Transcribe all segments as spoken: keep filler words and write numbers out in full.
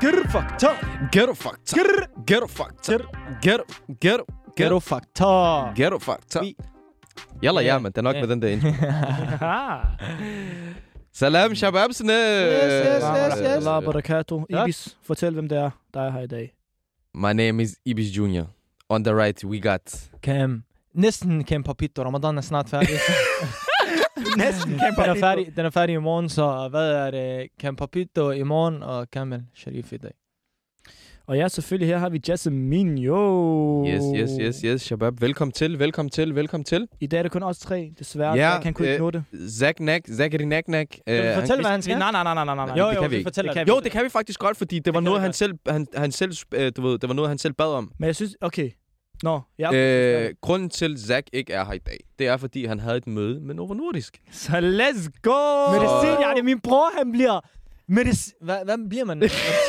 Ghetto fakta. Ghetto fakta. Ghetto fakta. Ghetto, ghetto, Ghetto fakta. Ghetto fakta. Jalla, ja, men det er nok med den der intro. Salam, shababsene. Yes, yes, yes, yes. Allah barakatuh. Ibis, fortæl, hvem det er, der er her i dag. My name is Ibis Junior On the right, we got... Cam. Næsten Cam Papito. Ramadan er snart færdig. Næsten Cam Papito. Den er færdig, den er færdig i morgen, så hvad er det? Cam Papito i morgen, og Kamel Sharif i dag. Og ja, selvfølgelig her har vi Jasminho. Yes, yes, yes, yes, shabab. Velkommen til, velkommen til, velkommen til. I dag er det kun os tre, desværre. Ja, jeg kan kun ikke nå det. Zach Nack, Zachary Nack Nack. Kan vi fortælle, hvad han skal? Nej, nej, nej, nej, nej, nej. Jo, det jo, kan vi vi ikke. fortæller det. det. Jo, det kan vi faktisk godt, fordi det var det noget, vi han selv, han, han selv, øh, du ved, det var noget, han selv bad om. Men jeg synes, okay. Nå, ja. Øh, grunden til, Zach ikke er her i dag, det er, fordi han havde et møde med Novo Nordisk. Så let's go! Medicin, ja, det er min bror, han bliver... Medicin... Hvad, hvad bliver man?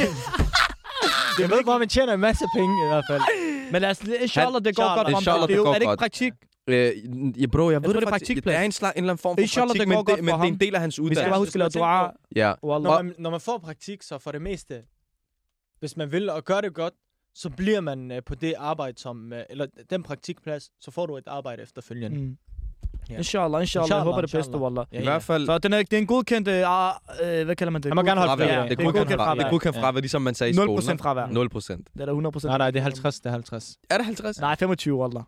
Jeg ved bare, man tjener en masse penge i hvert fald. Men lad os, inshallah, det går godt. Inshallah, Det er det går jo, er det ikke godt. praktik? Øh, ja, bro, jeg, jeg ved tror, det det er faktisk. praktikplads. Det er en, slag, en eller anden form for Inshallah, praktik, det men, går godt det, men for det er ham. en del af hans Vi skal bare uddannelse. huske at lave dua. Ja. Når man, når man får praktik, så for det meste, hvis man vil og gør det godt, så bliver man uh, på det arbejde som, uh, eller den praktikplads, så får du et arbejde efterfølgende. Mm. Ja. Inshallah, inshallah. Jeg håber det bedste, wallah. Ja, I hvert fald... Så den er, det er en godkendt, øh, øh, hvad kalder man det? Han må gerne holde fravær. fravær. Det er Det er godkendt godkendt fravær. fravær. Det er godkendt fravær, ligesom man sagde i skolen. nul procent fravær. nul procent. Det er der hundrede procent. Nej, nej, det er halvtreds, det er halvtreds. Er det halvtreds? Nej, femogtyve, wallah.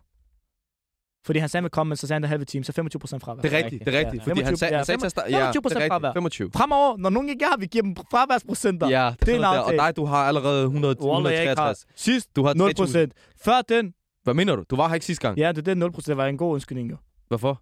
Fordi han sagde, at komme, men så sagde han det halve time, så femogtyve procent fravær. Det er rigtigt, det er rigtigt. Ja. Fordi han sagde, han sagde til at starte... Ja, femogtyve procent det er fravær. rigtigt. femogtyve. Fremover, når nogen ikke er her, vi giver dem fraværsprocenter. Ja, det er en der. Og aftale. dig, du har allerede hundrede, Wallah, jeg ikke har. hundrede treogtres. Sidst, Du har nul tre tusind. procent. Før den, Hvad mener du? Du var her ikke sidste gang. ja, det er den nul procent, var en god undskyldning, jo. Hvorfor?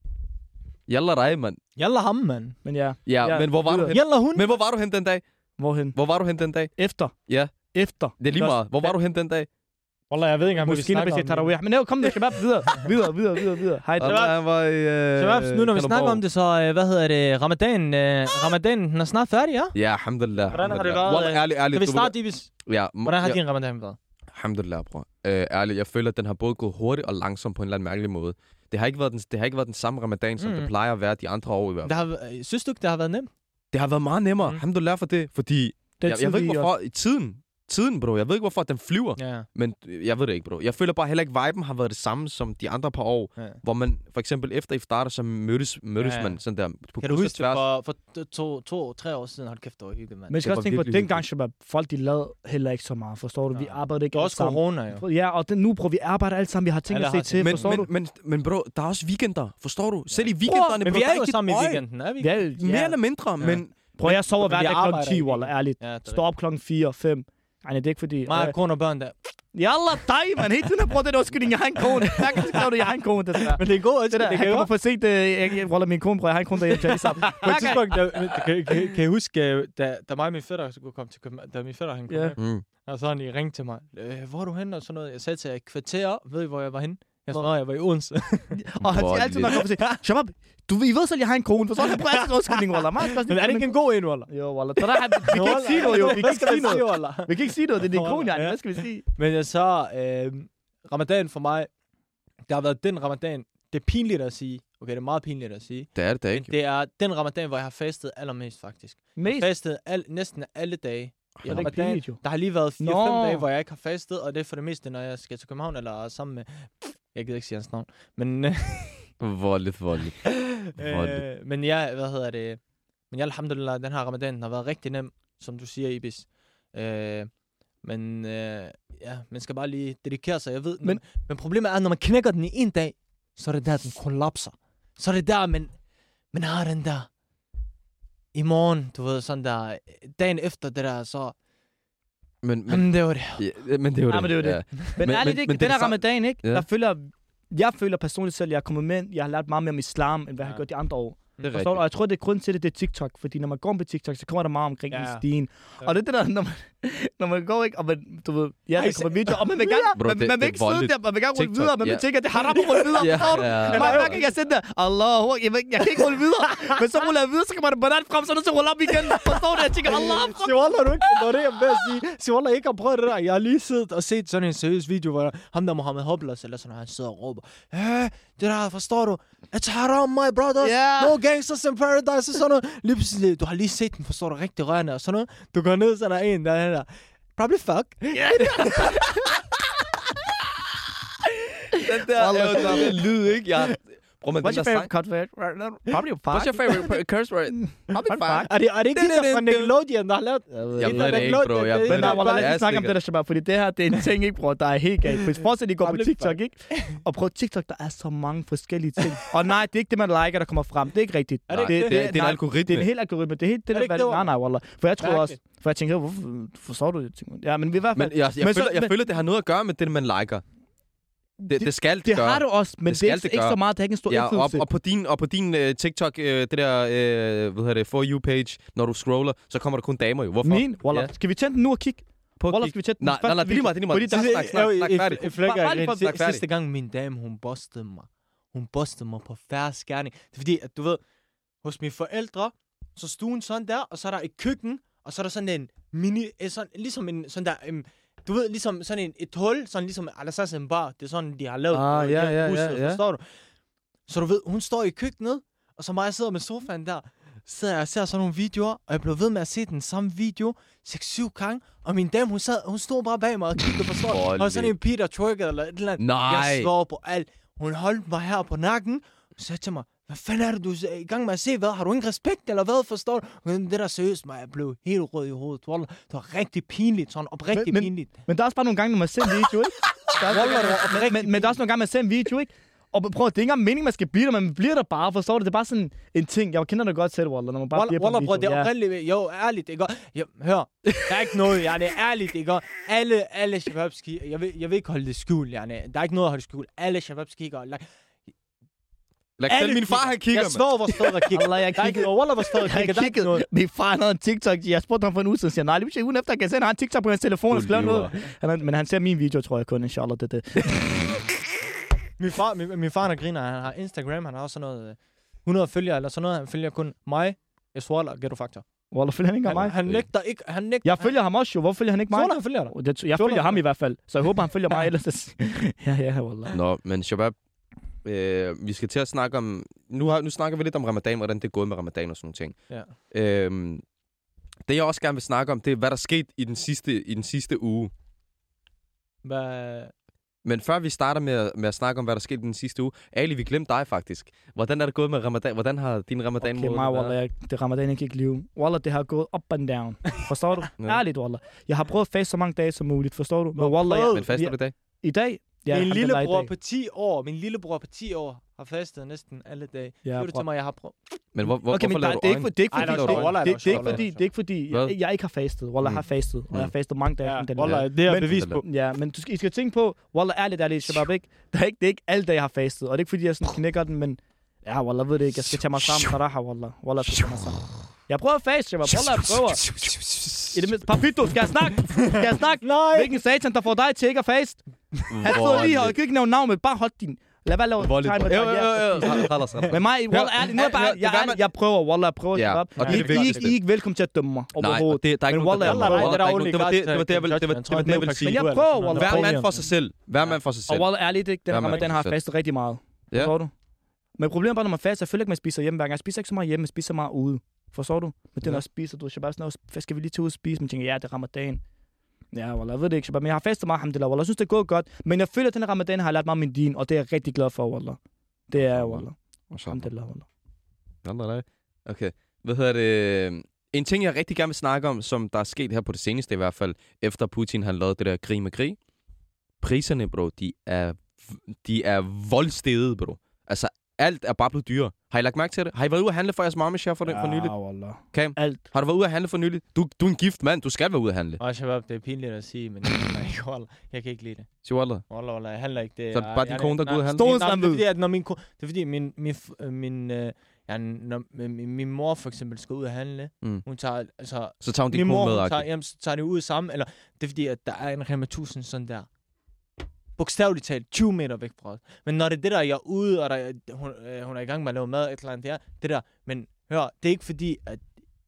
Jalla dig, mand. Jalla ham, mand. Men ja, Ja, Ja, men hvor var du videre. hen? Jalla hun. Men hvor var du hen den dag? hvorhen? Hvor var du hen den dag? Efter. Ja. Efter. Det er lige meget. Hvor var du hen den dag? Wallah, jeg ved ikke engang, hvad vi Måske snakker når om. tarawih. Men jo, kom nu, shabab, videre. Videre, videre, videre, videre. Hej, Og det der var i... Øh, Shababs, nu når vi Kalundborg. snakker om det, så øh, hvad hedder det? Ramadan, øh, Ramadan, den er snart færdig, ja? Ja, alhamdulillah. Hvordan har det alhamdulillah. været, Wallah, øh, ærligt, ærligt. Skal vi du starte, Ibis? ved- Ja, m- Hvordan har ja, din Ramadan været? alhamdulillah, bror. Øh, ærligt, jeg føler, at den har både gået hurtigt og langsomt på en eller anden mærkelig måde. Det har ikke været den, det har ikke været den samme Ramadan, som Mm. det plejer at være de andre år i hvert fald. Det har, øh, synes du ikke, det har været nemt? Det har været meget nemmere. Mm. Alhamdulillah for det, fordi... er Jeg, jeg ved ikke, tidligere. hvorfor... I tiden... Tiden, bro. Jeg ved ikke, hvorfor den flyver. Ja. Men jeg ved det ikke, bro. Jeg føler bare heller ikke, viben har været det samme som de andre par år. Ja. Hvor man, for eksempel efter I starter, så mødtes, mødtes Ja. man sådan der på Kan du kryds og huske det tværs. for, for to, to, tre år siden? Hold kæft, det var hyggeligt, mand. Men jeg skal Det også var tænke på, at virkelig dengang, shabab, folk de lavede heller ikke så meget, forstår du? Vi Nej. arbejdede ikke Det var alle også sammen. corona, jo. Ja, og den, nu, bror, vi arbejder alle sammen. Vi har ting Alle at har se til, Men, forstår du? men, men, men bro, der er også weekender, forstår du? Selv i weekenderne, Men bro, vi der er jo ikke sammen dit i øje. weekenden, er vi? Ja, Mere ja. eller mindre, Ja. men... Prøv, jeg sover Men hver vi dag klokken arbejder ti, ikke. wallah, ærligt. Ja, det er Står op klokken fire, fem. Ej, nej, det er ikke fordi... Mig Øh, og kone og børn der. Jalla, dig, man. Helt tiden har brugt den undskyldning. Jeg har en kone. Hver gang skriver du, jeg har en kone. Desværre. Men det er en god Det der, det han kan kommer jo. for sent. øh, Jeg, jeg ruller min kone, bror. Jeg har en kone derhjemme. Jeg er sammen. På et tidspunkt, der, kan, kan, kan I huske, øh, da, da mig og min fætter skulle komme til København, da min fætter han kom Ja. yeah. Mm. og så han I ringte til mig. Øh, hvor er du henne? Og sådan noget. Jeg sagde til jer, kvarter op. Ved I, hvor jeg var henne? Jeg tror, jeg var i Odense. Og han siger altid, når jeg kommer til Shabab, du I ved selv, jeg har en kone. Forstår du? Han bruger altid undskyldning, wallah. Meget spørgsmål. Men er det ikke en god en, Wallah? Jo, wallah. Så der, han, vi kan ikke sige noget, jo. Vi kan Hvad ikke skal sige man sige, noget. Wallah? Vi kan ikke sige noget. Det er din Wallah, kone, Jan. ja. Hvad skal vi sige? Men jeg så, øh, Ramadan for mig, det har været den Ramadan. Det er pinligt at sige. Okay, det er meget pinligt at sige. Det er det da Men ikke. det er den Ramadan, hvor jeg har fastet allermest, faktisk. Mest. Fastet al, næsten alle dage. I Det er ikke Ramadan. pinligt, jo. Der har lige været fire fem Nå. dage, hvor jeg ikke har fastet, og det er for det meste, når jeg skal til København, eller er sammen med... Jeg gider ikke sige hans navn. Men, Voldeligt, voldeligt. Voldeligt. øh, men ja, hvad hedder det? Men ja, alhamdulillah, den her Ramadan den har været rigtig nem, som du siger, Ibis. Øh, men øh, ja, man skal bare lige dedikere sig. Jeg ved, men, Men- men problemet er, når man knækker den i en dag, så er det der, den kollapser. Så er det der, man, man har den der i morgen, du ved, sådan der, dagen efter det der, så... Men, men, Jamen, det var det. ja, men det er jo Ja, det. men det er jo det. Ja. Men, Men- ærligt men- ikke, men det er den her det samme- ramadan, ikke? Ja. Der føler, jeg føler personligt selv, at jeg er kommet med, jeg har lært meget mere om islam, end hvad jeg har Ja. gjort de andre år. Det er Forstår du? rigtigt. Og jeg tror, det er grund til det, det er TikTok. Fordi når man går på TikTok, så kommer der meget omkring Ja. ja. stigen. Ja. Og det er det der, når man, når man går, ikke? Og man, du ved, ja, Ej, der kommer videoer, og man vil gerne, Bro, man, det- man det vil er ikke sidde voldeligt. der, man vil gerne rulle TikTok, videre, men ja. man tænker, at det er haram at rulle videre, Ja, forstår du? ja. Men hver gang jeg sender der, Allah, jeg, vil- jeg kan ikke rulle videre. Men så ruller jeg videre, så kommer der banan frem, så er jeg nødt til at rulle op igen. Forstår du? Jeg tænker, Allah, frem. Siwallah, du ikke, når det er ved at sige, Siwallah, jeg ikke har prøvet det der. Jeg har lige siddet og set sådan en seriøs video, hvor ham der Mohammed Hoblas, eller sådan, han sidder og råber, hey, det der, forstår du? It's haram, my brothers. Ja. No gangsters in paradise, og sådan noget. Lige pludselig, du har lige set den, forstår du, rigtig rørende, og sådan noget. Du går ned, så der er en, der han han der, probably fuck. Ja. Den der er jo den lyd, ikke? Jeg... Bro, men What's den your der favorite cut word? Probably fuck. What's your favorite curse word? Probably fuck. Er det, er det ikke det der fra Nickelodeon, der har lavet? Jeg ved det ikke, bro. Jeg ved Men der det var lad os ikke. lige snakke om det der, Shabab, fordi det her, det er en ting, ikke, bror, der er helt galt. Hvis fortsat I går på TikTok, ikke? Og prøv TikTok, der er så mange forskellige ting. Og nej, det er ikke det, man liker, der kommer frem. Det er ikke rigtigt. Er det Nej, ikke det, det, det er en algoritme. Det er en helt algoritme. Det er helt det, Er det der... ikke det, Nej, nej, wallah. For jeg tror også... For jeg tænker, hvorfor forstår du det? Ja, men i hvert fald... Men jeg, jeg, Men så- føler, jeg men- føler, det har noget at gøre med det, man liker. Det, det skal det, Det gøre. har du også, men Det det, skal er det ikke, ikke gøre. så meget, det har ikke en stor Ja, og, indflydelse. og på din, og på din uh, TikTok, uh, det der, uh, hvad hedder det, For You-page, når du scroller, så kommer der kun damer jo. Hvorfor? Min, wallah. Ja. Skal vi tænde den nu og kigge? På Wallah, skal vi tænde den? Nej, nej, nej, det er lige meget, det er lige meget. Fordi der- Snak, snak, snak, snak, færdig. I flækker, Bare- bare lige for at snakke færdig. sidste gang min dame, hun bostede mig. Hun bostede mig på færre skærning. Det er fordi, at du ved, hos mine forældre, så stuen sådan der, og så er der et køkken, og så er der sådan en mini, eh, sådan, ligesom en sådan der, um, du ved, ligesom sådan en, et hul, sådan ligesom, eller så en bar, det er sådan, de har lavet Ah, det, ja, det ja, huset, ja, ja. forstår du? Så du ved, hun står i køkkenet, og så mig, jeg sidder med sofaen der, sidder jeg og ser sådan nogle videoer, og jeg blev ved med at se den samme video seks syv gange, og min dame, hun, sad, hun stod bare bag mig og kiggede på står, og var sådan en pige, der twerkede, eller et eller andet. Nej. Jeg svår på alt. Hun holdt mig her på nakken, og sagde til mig, hvad fanden er det, du er i gang med at se? Hvad? Har du ingen respekt, eller hvad? Forstår du? Men det der seriøst, mig, jeg blev helt rød i hovedet. Wallah. Det var rigtig pinligt, sådan oprigtigt Men- men- pinligt. Men der er også bare nogle gange, når man ser en video, ikke? Der er også nogle gange- men, men, men der er også nogle gange, man ser en video, ikke? Og prøv, det er ikke engang meningen, man skal blive der, men man bliver der bare, forstår du? Det er bare sådan en ting. Jeg kender det godt selv, Wallah, når man bare bliver på Wallah, en bror, video. det er Ja. oprindeligt. Jo, ærligt, ikke? Jo, hør, der er ikke noget, ja, det er ærligt, ikke? Alle, alle shababski, jeg vil, jeg vil ikke holde det skjult, ja. Der er ikke noget at holde det skjult. Alle shababski, ikke? Lad selv min far, han kigger, Jeg svår, hvor fædre kigger. Allah, jeg Der er ikke kiggede. noget. Wallah, hvor fædre Jeg kigger. Der er ikke noget. kiggede. Min far han havde en TikTok. Jeg spurgte ham for en uge siden, og siger, nej, lige ugen efter, jeg kan se, han har en TikTok på hans telefon og skrive noget. Han, er- men han ser min video, tror jeg kun, inshallah, det er det. Min far, min, min far, han griner. Han har Instagram. Han har også sådan noget øh, hundrede følgere, eller sådan noget. Han følger kun mig, Eswalla og Ghetto Factor. Wallah, følger han ikke af Han, mig? han nægter ikke. Han nægter. Jeg følger ham også jo. Hvorfor følger han ikke mig? Eswalla, han følger dig. Oh, det, jeg følger ham i hvert fald, så jeg håber, han følger mig ellers. ja, ja, wallah. Nå, men Shabab, øh, vi skal til at snakke om... Nu, har, nu snakker vi lidt om ramadan, hvordan det er gået med ramadan og sådan nogle ting. Ja. Øhm, det jeg også gerne vil snakke om, det er, hvad der skete i den sidste, i den sidste uge. Hvad? Men før vi starter med, at- med at snakke om, hvad der skete i den sidste uge, Ali, vi glemte dig faktisk. Hvordan er det gået med ramadan? Hvordan har din ramadan Okay, måde mig, været? wallah, jeg, det ramadan, jeg kan ikke leve. Wallah, det har gået up and down. Forstår du? Ja. Ærligt, wallah. Jeg har prøvet at faste så mange dage som muligt, forstår du? Men har wallah, jeg, prøvet? Men faster du i dag? i dag... Ja, Min alhamdulillah, i lillebror dag. på ti år, min lillebror på ti år, har fastet næsten alle dage. Ja, Siger du bror. til mig, jeg har prøvet? Men hvor, hvor, Okay, men hvorfor der, laver det er du ikke, for, øjne? det er ikke Ej, fordi, der er det, sjovt. Wallah, det, der er det, det er ikke sjovt. fordi, det er ikke fordi, Hvad? jeg, jeg ikke har fastet. Wallah, jeg har Mm. fastet, og jeg har Mm. fastet mange dage. Ja, alhamdulillah. Wallah, det er Men- bevis på. Ja, men du skal, I skal tænke på, Wallah, ærligt, ærligt, Shabab, ikke? Det er ikke, det er ikke alle dage, jeg har fastet, og det er ikke fordi, jeg sådan knækker den, men ja, Wallah, jeg ved det ikke. Jeg skal tage mig sammen, Saraha, Wallah. Wallah, jeg skal tage mig sammen. Jeg prøver at faste, Shabab. Wallah, jeg prøver. I det mindste, Papito, skal jeg snakke? Skal jeg snakke? Nej! Hvilken satan, der får dig til ikke at faste? Han sidder lige her, og jeg kan ikke nævne navn, men bare hold din... Lad være lave Voldeligt. tegn med Jo, dig. jo, Ja. jo, jo. Khalas, khalas. Men mig, Wallah, ærligt, nu er jeg hør, bare... det Jeg, gør er man- ærligt, jeg prøver, Wallah, jeg prøver, Ja, Shabab. og det er I, det I, I, vigtigste. I er ikke velkommen til at dømme mig Nej, overhovedet. og det, der er ikke Men nogen, der Wallah, dømmer. Wallah, Wallah, der er ikke only nogen- det var det, God det var det, jeg ville- det var judge, det, var det, jeg ville man sige. Men jeg Eller prøver, sådan Wallah. noget. Hver prøver. mand for sig selv. Hver mand for sig Og selv. Wallah, ærligt, ikke? Den Ja, man ramadan kan har selv. fastet rigtig meget. Ja. Forstår du? Men problemet er bare, når man faster, jeg føler ikke, man spiser hjemme hver gang. Jeg spiser ikke så meget hjemme, jeg spiser meget ude. Forstår du? Men det, når jeg spiser, du er bare sådan noget, hvad skal vi lige til ud og spise? Man tænker, ja, det er ramadan. Ja, Wallah, jeg ved det ikke, Shabab, men jeg har fastet meget, alhamdulillah, Wallah. Jeg synes, det er gået godt. Men jeg føler, at den her ramadan har jeg lært meget om min din, og det er jeg rigtig glad for, Wallah. Det er jeg, Wallah. Alhamdulillah, Wallah. Alhamdulillah. Okay. Hvad hedder det? En ting, jeg rigtig gerne vil snakke om, som der er sket her på det seneste i hvert fald, efter Putin han lavede det der krig med krig. Priserne, bro, de er, de er voldsteget, bro. Altså, alt er bare blevet dyre. Har I lagt mærke til det? Har I været ude at handle for jeres marmeshare for, ja, for nyligt? Ja, Wallah. Cam, Alt. har du været ude at handle for nyligt? Du, du er en gift mand, du skal være ude at handle. Nej, Shabab, det er pinligt at sige, men nej, Wallah, jeg kan ikke lide det. Sig Wallah. Wallah, Wallah, jeg handler ikke det. Så er det jeg- bare din jeg- kone, der går ud og nej, handler? nej, Storhedsvanvid. Det er fordi, at når min kone, det er fordi, min, min, f- øh, min, øh, ja, når, min, min mor for eksempel skal ud og handle, Mm. hun tager, altså, Så tager hun din min mor, kone med, hun tager, Aki. jamen, så tager det ud sammen, eller det er fordi, at der er en Rema tusind sådan der, bogstaveligt talt tyve meter væk fra os. Men når det er det der, jeg er ude, og der, hun, øh, hun er i gang med at lave mad, et eller andet, det er det der. Men hør, det er ikke fordi, at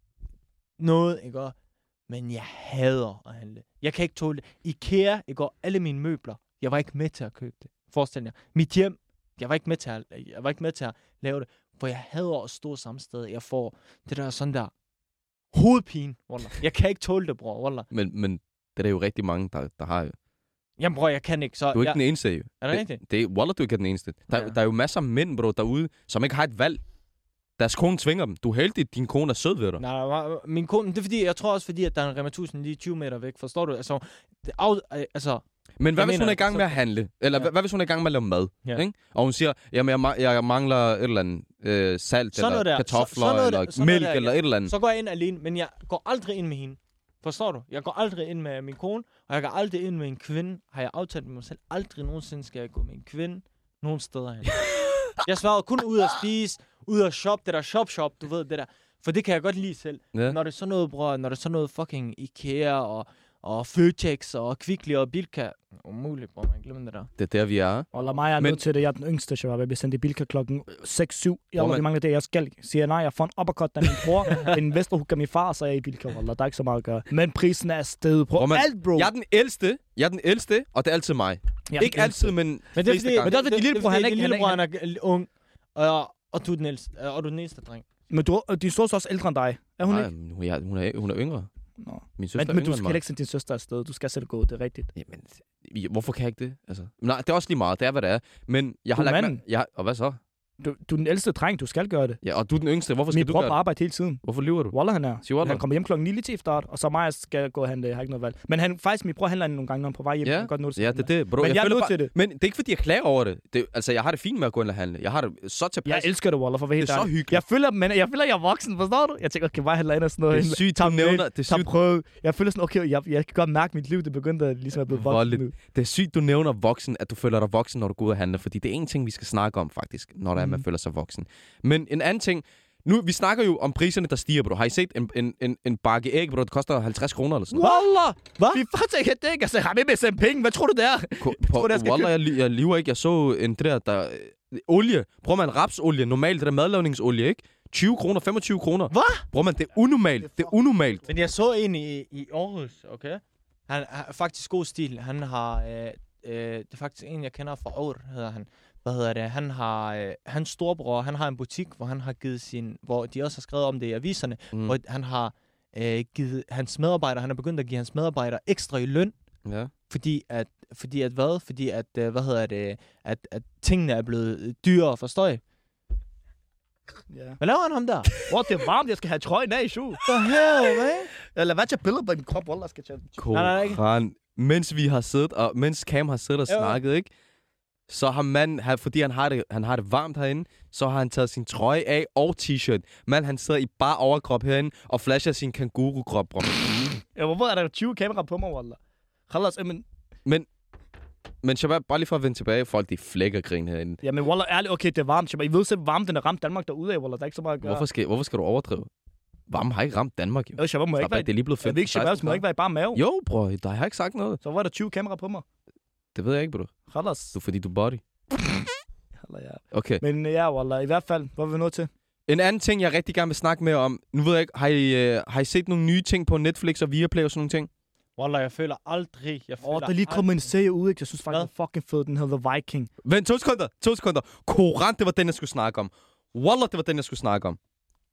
noget, ikke også? Men jeg hader at handle. Jeg kan ikke tåle det. IKEA, ikke også? Alle mine møbler, jeg var ikke med til at købe det. Forestil jer. Mit hjem, jeg var ikke med til at, jeg var ikke med til at lave det. For jeg hader at stå samme sted. Jeg får det der sådan der hovedpine, wallah. Jeg kan ikke tåle det, bror, wallah. Men, men det er der jo rigtig mange, der, der har jo. Jamen, bror, jeg kan ikke, så... Du er ikke jeg... den eneste, jo. Er det rigtigt? Det, det er, wallah, du er ikke den eneste. Der, Ja. der er jo masser af mænd, bro, derude, som ikke har et valg. Deres kone tvinger dem. Du er heldig, at din kone er sød ved dig. Nej, nej, min kone, det er fordi, jeg tror også fordi, at der er en Rema tusind lige tyve meter væk, forstår du? Altså, det af, altså Men hvad Jeg hvis mener, hun er i gang så- med at handle? Eller Ja. hvad, hvad hvis hun er i gang med at lave mad? Ja. Ikke? Og hun siger, jamen jeg, ma- jeg mangler et eller andet øh, salt, Sådan eller noget der. kartofler, Så- sådan noget eller der- sådan mælk, noget der, eller ja. et eller andet. så går jeg ind alene, men jeg går aldrig ind med hende. Forstår du? Jeg går aldrig ind med min kone, og jeg går aldrig ind med en kvinde. Har jeg aftalt med mig selv, aldrig nogensinde skal jeg gå med en kvinde nogen steder hen. Jeg svarer kun ud at spise, ud at shoppe, det der shop-shop, du ved det der. For det kan jeg godt lide selv. Ja. Når det er sådan noget, bror, når det er sådan noget fucking Ikea og, og Føtex og Kvickly og Bilka. Umuligt, bror, man glemmer det der. Det er der, vi er. Og mig er Men- nødt til det. Jeg er den yngste, Shabab. Jeg bliver sendt i Bilka klokken seks syv. Jeg Hvor har man- mange dage, jeg skal. Siger jeg nej, jeg får en uppercut af min bror. en vesterhook af min far, så er jeg i Bilka. Wallah. Der er ikke så meget at gøre. Men prisen er stedet. Prøv Hvor man- alt, bro. Jeg er den ældste, jeg er den ældste, og det er altid mig. Jeg er Ikke den ældste. altid, men, Men det er fleste fordi, gange. Men det er også, fordi lillebror, han er ikke- han er lillebror, han er ung, og, og du er den ældste, og du er den eneste dreng. Men du, din søster er også ældre end dig. Er hun Nej, ikke? men hun er, hun, er, hun er yngre. Nå. Min søster Men, er men yngre du end skal mig. heller ikke sende din søster afsted. Du skal selv gå, det er rigtigt. Jamen, vi- hvorfor kan jeg ikke det? Altså, nej, det er også lige meget. Det er, hvad det er. Men jeg har Du er lagt manden. mærke... Jeg, og hvad så? Du, du er den ældste dreng, du skal gøre det. Ja, og du er den yngste. Hvorfor skal Min du bror gøre på det? arbejde hele tiden. Hvorfor lyver du? Wallah, han er. Sig wallah. Han kommer hjem klokken ni lige til start, og så mig skal gå og handle. Jeg har ikke noget valg. Men han, faktisk, min bror handler nogle gange, når han er på vej hjem. Ja, Han kan godt nå det, Ja, det er det, bro. Men jeg, jeg er føler nødt bare- til det. Men det er ikke, fordi jeg klager over det. det. Altså, jeg har det fint med at gå ind og handle. Jeg har det så tilpas. Jeg elsker det, Wallah, for at være helt Det er så ærlig. hyggeligt. Jeg føler, men jeg føler, jeg er voksen, forstår du? Jeg tænker, okay, bare handle ind og sådan noget. Det er sygt, Tag du med, nævner... Det er tag sygt, prøve. Jeg føler sådan, okay, jeg, jeg kan godt mærke, at mit liv det begyndte at ligesom at blive voksen Voldeligt. nu. det er sygt, du nævner voksen, at du føler dig voksen, når du går ud og handler. Fordi det er en ting, vi skal snakke om, faktisk, når der er, man Mhm. føler sig voksen. Men en anden ting... Nu, vi snakker jo om priserne, der stiger, bro. Har I set en, en, en, en bakke æg, bro? Det koster halvtreds kroner eller sådan noget. Wallah! Hvad? Vi faktisk ikke det, ikke? Altså, jeg har med med at sende penge. Hvad tror du, det er? Ko- tror, på, jeg skal Wallah, jeg, li- jeg lyver ikke. Jeg så en det der, der øh, olie. Bruger man rapsolie, normalt det der madlavningsolie, ikke? tyve kroner, femogtyve kroner. Hvad? Bruger man, det er unormalt. Det er unormalt. Men jeg så en i, i Aarhus, okay? Han har faktisk god stil. Han har... Øh, øh, det er faktisk en, jeg kender fra Aarhus, hedder han. Hvad hedder det? Han har... Øh, hans storebror, han har en butik, hvor han har givet sin... Hvor de også har skrevet om det i aviserne. Mm. Mm. Hvor han har øh, givet hans medarbejdere... Han er begyndt at give hans medarbejdere ekstra i løn. Ja. Fordi at... Fordi at hvad? Fordi at... Øh, hvad hedder det? At, at tingene er blevet dyrere, forstår I? Ja. Hvad laver han ham der? Hvor det er varmt, jeg skal have trøjen af i shoe. The hell, man? Eller hvad til billeder på min krop, Wallah, skal jeg tage. Nej, nej, ikke. Koran. Mens vi har siddet, og mens Cam har siddet og Jo. snakket, ikke? Så har manden, han, fordi han har, det, han har det varmt herinde, så har han taget sin trøje af og t-shirt. Manden, han sidder i bare overkrop herinde og flasher sin kanguru-krop, bro. Ja, hvorfor er der tyve kameraer på mig, Wallah? Khalas, men... Men, men Shabab, bare lige for at vende tilbage, folk de flækker grin herinde. Ja, men Wallah, ærligt, okay, det er varmt. Shabab. I ved selv, hvor varmt den er ramt Danmark derude af, Wallah. Der er ikke så meget at gøre. Hvorfor skal, hvorfor skal du overdrive? Varme har ikke ramt Danmark, jo. Jo, Shabab må Slap ikke af, være... det er lige blevet Jeg ved ikke, Shabab må ikke være i bare mave. Jo, bror, der har jeg ikke sagt noget. Så var der tyve kameraer på mig. Det ved jeg ikke, bro. Khalas. Du, fordi du er body. Wallah, ja. Okay. Men ja, Wallah, i hvert fald, hvor er vi nået til? En anden ting, jeg rigtig gerne vil snakke med om. Nu ved jeg ikke, har I, uh, har I set nogle nye ting på Netflix og Viaplay og sådan nogle ting? Wallah, jeg føler aldrig... Jeg Åh, føler der er lige kommet en aldrig- serie ud, ikke? Jeg synes faktisk, Hvad? den er fucking fed. Den hedder The Viking. Vent, to sekunder, to sekunder. Koran, det var den, jeg skulle snakke om. Wallah, det var den, jeg skulle snakke om.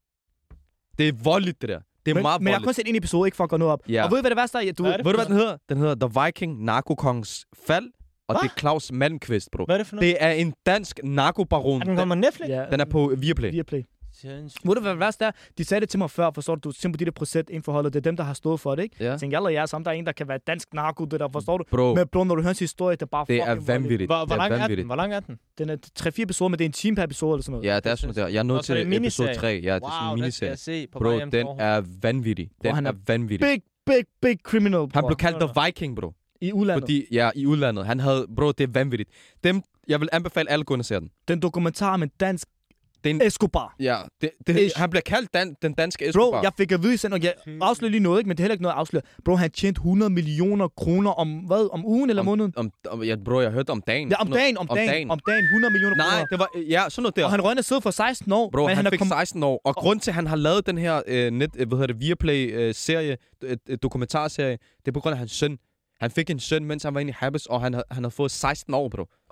Det er voldeligt, det der. Det er Men, meget men jeg har kun voldeligt. set en episode, ikke for at gå noget op. Ja. Og ved du, hvad det værste er? Du, Hvad er det? Ved du, hvad den hedder? Den hedder The Viking Narkokongens Fald, og Hvad? det er Claus Malmqvist, bro. Hvad er det for noget? Det er en dansk narkobaron. Er den kommer på Netflix? Ja, Den er på Viaplay. Viaplay. Sindssygt. Ved du, hvad det værste er? De sagde det til mig før, forstår du? Du simpelthen de der procent inden forholdet. Det er dem, der har stået for det, ikke? Ja. Jeg tænkte, jeg er sammen, der er en, der kan være dansk narko, det der, forstår du? Bro, Men bro, når du hører hans historie, det er bare det er fucking vanvittigt. Hvor, hvor Det er lang er den? vanvittigt. Hvor lang er den? voldeligt. Den er tre fire episoder, men det er en time per episode eller sådan noget. Ja, det er sådan der. Jeg er Nå, nået så er det til en episode miniserie. tre. Ja, det er sådan en Wow, den skal miniserie. jeg se på Bro, vej hjem til den Aarhus. er vanvittig. Den han er er vanvittig. Big, big, big criminal, Han bror. blev kaldt Nå, The Viking, bro. I udlandet. Fordi, ja, i udlandet. Han havde, bro, det er vanvittigt. Dem, jeg vil anbefale alle at gå ind og se den. Den dokumentar om en dansk Det er en, Escobar. ja, det, det, Ish. han bliver kaldt dan, den danske Escobar. Bro, jeg fik at vide i senden, og jeg afslører lige noget, ikke? Men det er heller ikke noget at afsløre. Bro, han tjente hundrede millioner kroner om, hvad? Om ugen eller måneden? Om, om, ja, bro, jeg hørte om dagen. Ja, om Sådan noget- dagen, om dagen, om dagen, hundrede millioner Nej, kroner. det var, ja, sådan noget der. Og han røg sidde for seksten år. Bro, men han, er fik kom- seksten år. Og grund til, at han har lavet den her øh, net, øh, hvad hedder det, Viaplay-serie, øh, øh, dokumentarserie, det er på grund af hans søn. Han fik en søn, mens han var inde i Habs, og han, havde- han havde fået seksten år, bro.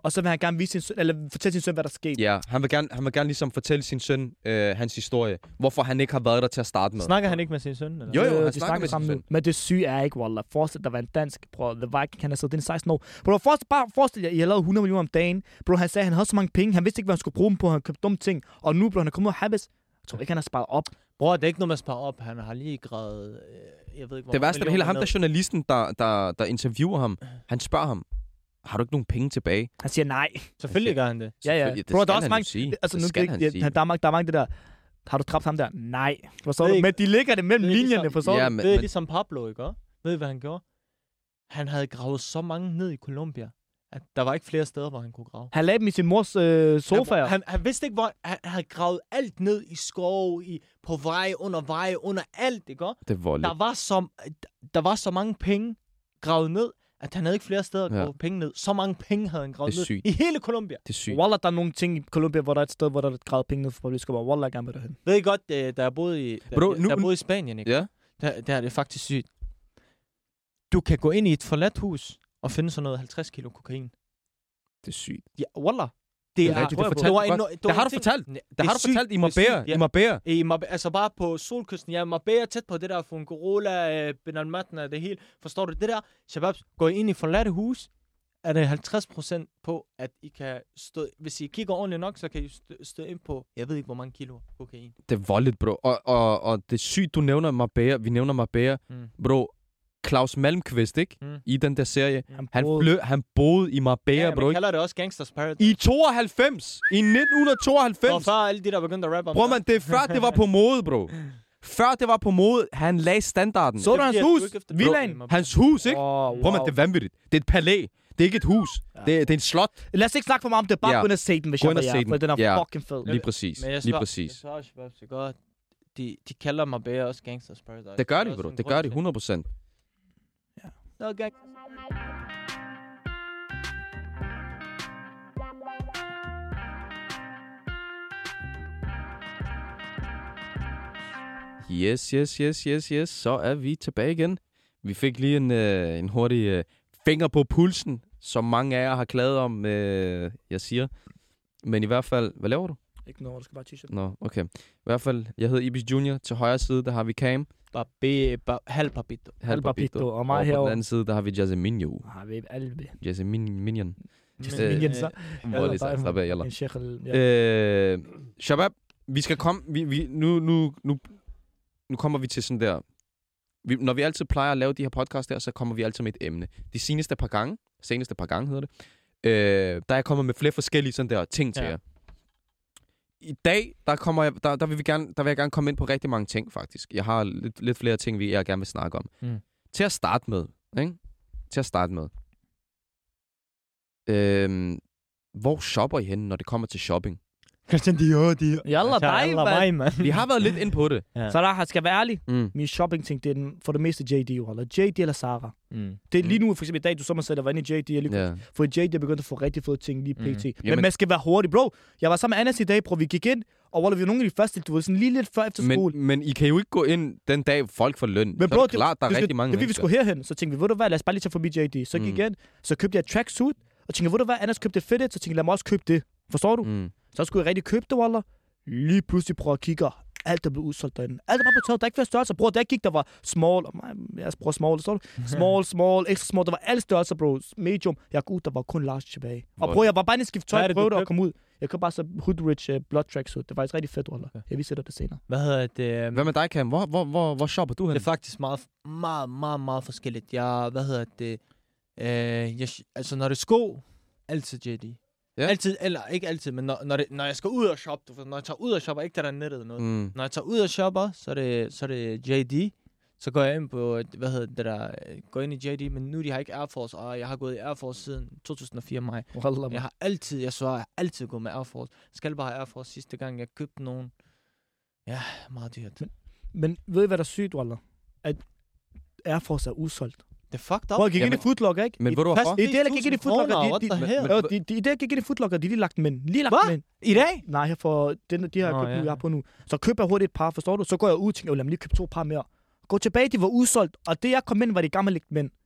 og så vil han gerne vise sin søn, eller fortælle sin søn, hvad der skete. Ja, han vil gerne, han vil gerne ligesom fortælle sin søn øh, hans historie. Hvorfor han ikke har været der til at starte med. Snakker han ikke med sin søn? Eller? Jo, jo, han Øh, de snakker snakker med sin sammen nu. søn. Men det syge er ikke, Wallah. Forestil dig, at være en dansk, bro. The Viking, han har siddet inde i seksten år. Bro, forestil, bare forestil jer, I har lavet hundrede millioner om dagen. Bro, han sagde, at han havde så mange penge. Han vidste ikke, hvad han skulle bruge dem på. Han købte dumme ting. Og nu, bro, han er kommet ud af habits. Jeg tror ikke, han har sparet op. Bror, det er ikke noget med at spare op. Han har lige gravet... Øh, jeg ved ikke, hvor Det værste af det hele er ham, millioner der journalisten, der, der, der interviewer ham. Han spørger ham, har du ikke nogen penge tilbage? Han siger nej. ned. Selvfølgelig gør han det. Ja, ja. Selvfølgelig, det Bro, skal der er også han mange... jo sige. Altså, Det nu skal skal han ikke, sige. der, er mange, der er mange det der... Har du dræbt ham der? Nej. Forstår Ved du? ikke. Men de ligger det mellem Det er ligesom- linjerne, forstår Ja, du? men, Det er men ligesom Pablo, ikke? Ved I, hvad han gjorde? Han havde gravet så mange ned i Colombia, at der var ikke flere steder, hvor han kunne grave. Han lagde dem i sin mors øh, sofa. Han, han, han vidste ikke, hvor... Han havde gravet alt ned i skov, i, på vej, under vej, under alt, ikke? det er voldeligt. Der var, så, der var så mange penge gravet ned, at han havde ikke flere steder at Ja. grave penge ned. Så mange penge havde han gravet Det er ned sygt. i hele Colombia. Det er sygt. Wallah, der er nogle ting i Colombia, hvor der er et sted, hvor der er gravet penge ned for publisk. Wallah, jeg gerne vil derhen. Ved I godt, øh, da jeg boede i, da, Bro, da nu- jeg boede i Spanien, ikke? Ja, Der, der er det faktisk sygt. Du kan gå ind i et forladt hus og finde sådan noget halvtreds kilo kokain. det er sygt. Ja, wallah. Det er er- rigtigt, det det fortalte var du en- godt. det Det var har en du ting- fortalt. Ja, Det er har du sygt. fortalt i Det er Marbella. sygt, ja. I Marbella. I Marbella, altså bare på solkysten. Ja, Marbella tæt på det der Fuengirola, øh, Benalmádena, det hele. Forstår du det der? Shababs, går I ind i forladte hus, er det halvtreds procent på, at I kan stå... Hvis I kigger ordentligt nok, så kan I stå, stå ind på, jeg ved ikke, hvor mange kilo kokain. Det er voldeligt, bro. Og, og, og det er sygt, du nævner Marbella. Vi nævner Marbella. Mm. Bro, Claus Malmqvist, ikke? Mm. I den der serie. Han Han, boede- flø, han boede i Marbella, Ja, bro. man Ikke? kalder det også Gangsters Paradise. I tooghalvfems. I nitten Og tooghalvfems. før alle de, der begyndte at rappe om Bro, man, det er før, det var på mode, bro. Før det var på mode, han lagde standarden. Så du hans fordi, at hus? du ikke efter- Villaen? Bro, Hans hus, ikke? Oh, Prøv man, det er vanvittigt. Det er et palæ. Det er ikke et hus. Ja. Det, er, det er en slot. Lad os ikke snakke for meget om det. Bare Ja. gå ind og se den, hvis Gå jeg ind var og jer. se den. For den er Ja. fucking fed. Lige præcis. Men jeg Lige svarer- præcis. Jeg svarer, Shababs, det gør, de, de kalder Marbella også Gangsters Paradise. Det gør Der de, er også bro. en Det grund gør til de. hundrede procent. Nå, gang. Yes, yes, yes, yes, yes. Så er vi tilbage igen. Vi fik lige en, øh, en hurtig øh, finger på pulsen, som mange af jer har klaget om, øh, jeg siger. Men i hvert fald, hvad laver du? Ikke noget, du skal bare t-shirt. Nå, okay. I hvert fald, jeg hedder Ibis Junior Til højre side, der har vi Cam. Barbe, bar, halv papito. Halv Papito, og mig og på herovre. den anden side, der har vi Jasminio. Har vi alle ved. Jasmin Minion. Just Øh, minion, så. Hvor er det så? Slap af, jalla. En sheikh, ja. Øh, Shabab, vi skal komme... Vi, vi, nu, nu, nu, nu kommer vi til sådan der... Vi, når vi altid plejer at lave de her podcast der, så kommer vi altid med et emne. De seneste par gange, seneste par gange hedder det, øh, der er jeg kommet med flere forskellige sådan der ting til Ja. jer. I dag, der, kommer jeg, der, der, vil vi gerne, der vil jeg gerne komme ind på rigtig mange ting, faktisk. Jeg har lidt, lidt flere ting, vi jeg gerne vil snakke om. Mm. Til at starte med, ikke? Til at starte med. Øh, hvor shopper I henne, når det kommer til shopping? Christian Dior, Dior. Yalla, dig, Yalla, mand. mig, mand. Vi har været lidt inde på det. Ja. Så der skal jeg være ærlig. Mm. Min shopping-ting, det er den, for det meste J D, eller J D eller Zara. Mm. Det er lige nu, for eksempel i dag, du så mig selv, der var inde i J D, lige Ja. for i J D er begyndt at få rigtig fede ting lige pt. Mm. Mm. Men Jamen- man skal være hurtig, bro. Jeg var sammen med Anas i dag, bro. Vi gik ind, og Wallah, vi var nogle af de første, du ved, sådan lige lidt før efter skole. Men, men I kan jo ikke gå ind den dag, folk får løn. Men så bro, er det klart, der er hvis rigtig vi, mange det, vi, vi mennesker. skulle herhen, så tænkte vi, ved du hvad, lad os bare lige tage forbi J D. Så gik Mm. jeg ind, så købte jeg et tracksuit, og tænkte, ved du hvad, Anas købte et fedt, så tænkte jeg, lad mig også købe det. Forstår du? Mm. Så skulle jeg rigtig købe det, Wallah. Lige pludselig prøve at kigge, alt der blev udsolgt derinde. Alt er bare på taget, der er ikke flere størrelser, bror. Der gik, der var small, jeg bruger small, står du? Small, small, extra small, der var alle størrelser, bro. Medium, jeg går ud, der var kun large tilbage. Og Hvor- bror, jeg var bare inde og skifte Hvad er tøj, det, du prøvede det og købte? komme ud. Jeg købte bare så Hoodrich uh, Blood Tracksuit. Det var faktisk rigtig fedt, Wallah. Jeg viser dig det senere. Hvad hedder det? Hvad med dig, Cam? Hvor, hvor, hvor, hvor shopper du hen? Det er faktisk meget, meget, meget, meget forskelligt. Jeg, hvad hedder det? Øh, jeg, altså, når det er sko, altid J D. Ja. Altid, eller ikke altid, men når, når, det, når jeg skal ud og shoppe, du ved, når jeg tager ud og shopper, ikke der er nettet eller noget. Mm. Når jeg tager ud og shopper, så er det, så er det J D. Så går jeg ind på, hvad hedder det der, øh, går ind i J D, men nu de har ikke Air Force, og jeg har gået i Air Force siden to tusind og fire maj. Wallah, Jeg har altid, jeg svarer, jeg har altid gået med Air Force. Jeg skal bare have Air Force sidste gang, jeg købte nogen. Ja, meget dyrt. Men ved I, hvad der er sygt, Wallah? At Air Force er udsolgt. Det er fucked up. Prøv at gik ind i Jamen- Footlocker, ikke? Men I- ved du hvorfor? I det, der gik ind i Footlocker, What de, the de, hell? de, de, de, de, der gik ind i Footlocker, de lige lagt dem ind. Lige lagt Hvad? dem ind. I dag? Nej, her for den, de her Nå, køb, ja. nu, jeg har på nu. Så køber jeg hurtigt et par, forstår du? Så går jeg ud og tænker, lad mig lige købe to par mere. Gå tilbage, de var udsolgt, og det jeg kom ind, var de gamle lægge mænd.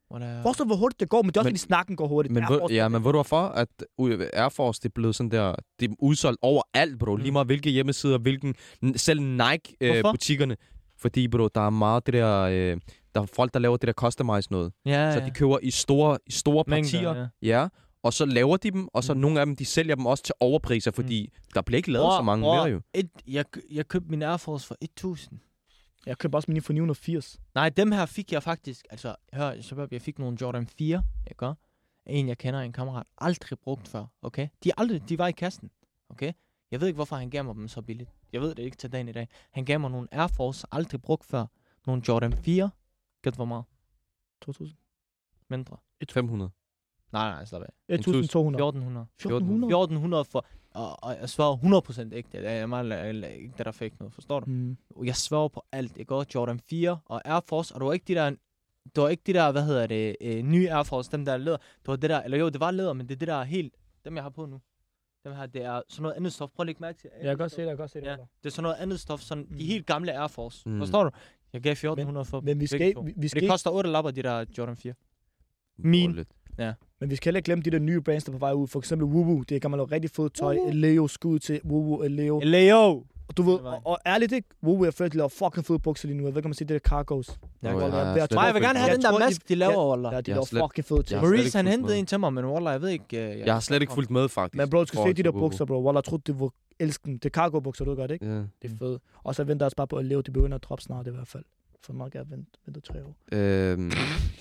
What Forstår hvor hurtigt det går, men det er også, Men- fordi snakken går hurtigt. Men Air ved, Force- ja, men ved du hvorfor? At Air Force, det er blevet sådan der... Det er udsolgt overalt, bro. Mm. Lige meget hvilke hjemmesider, hvilken... Selv Hvorfor? Nike-butikkerne. Fordi, bro, der er meget det der... Øh, der er folk, der laver det der customize noget. Ja, Så de køber i store, i store partier. Mængder, Ja. Og så laver de dem, og så Mm. nogle af dem, de sælger dem også til overpriser, fordi mm. der bliver ikke lavet Bror, så mange bror, mere jo. Et, jeg, jeg købte min Air Force for tusind. Jeg købte også mine for ni hundrede og firs. Nej, dem her fik jeg faktisk... Altså, hør, Shabab, jeg fik nogle Jordan fire, jeg gør. En, jeg kender, en kammerat. Aldrig brugt før, okay? De, er aldrig, de var i kassen, okay? Jeg ved ikke, hvorfor han gav mig dem så billigt. Jeg ved det ikke til dagen i dag. Han gav mig nogle Air Force, aldrig brugt før. Nogle Jordan fire. Gæt hvor meget? to tusind. Mindre. fem hundrede. Nej, nej, slap af. et tusind to hundrede. fjorten hundrede. fjorten hundrede? fjorten hundrede for... Og, og jeg svarer hundrede procent ikke. Det er meget ikke det, der fik noget. Forstår du? Mm. Jeg svarer på alt. Det går Jordan fire og Air Force. Og det var ikke de der... Det var ikke de der, hvad hedder det, øh, nye Air Force, dem der er læder. Det var det der... Eller jo, det var læder, men det er det der helt... Dem, jeg har på nu. Dem her, det er sådan noget andet stof. Prøv at lægge mærke til. Jeg kan godt se det, jeg kan godt se det. Ja, det er sådan noget andet stof. Sådan Mm. de helt gamle Air Force. Mm. Forstår du? Jeg gav fjorten hundrede for Men vi skal, begge to. vi, vi skal Det ikke, koster otte lapper, de der Jordan fire. Min. Lidt. men vi skal heller ikke glemme de der nye brands, der er på vej ud. For eksempel Wuwu. Det kan man lave rigtig fed tøj. Wuwu. Leo skud til Wuwu. Leo. Leo! Og du ved, Det var- og, og ærligt ikke, Wuwu er fedt, de laver fucking fede bukser lige nu. Jeg ved ikke, om man siger, det er cargos. Ja, Åh, Wallah, jeg jeg er beder- slet Nej, jeg vil ikke gerne have Jeg den der tror, I- mask, de laver, Wallah. Ja, de Jeg laver har slet- fucking fede ting. Jeg har slet Maurice, ikke han fulgt hentede med. en til mig, men Wallah, jeg ved ikke... Uh, jeg, Jeg har slet ikke fulgt med, faktisk. Men bro, du skal se forhold de til der Wuwu. bukser, bro. Wallah, jeg troede, det var elsken. Det er cargo-bukser, du ved godt, ikke? Ja. Det er fedt. Og så venter jeg også bare på at leve. De begynder at droppe snart i hvert fald. For nok er vente, vente tre år. Øhm,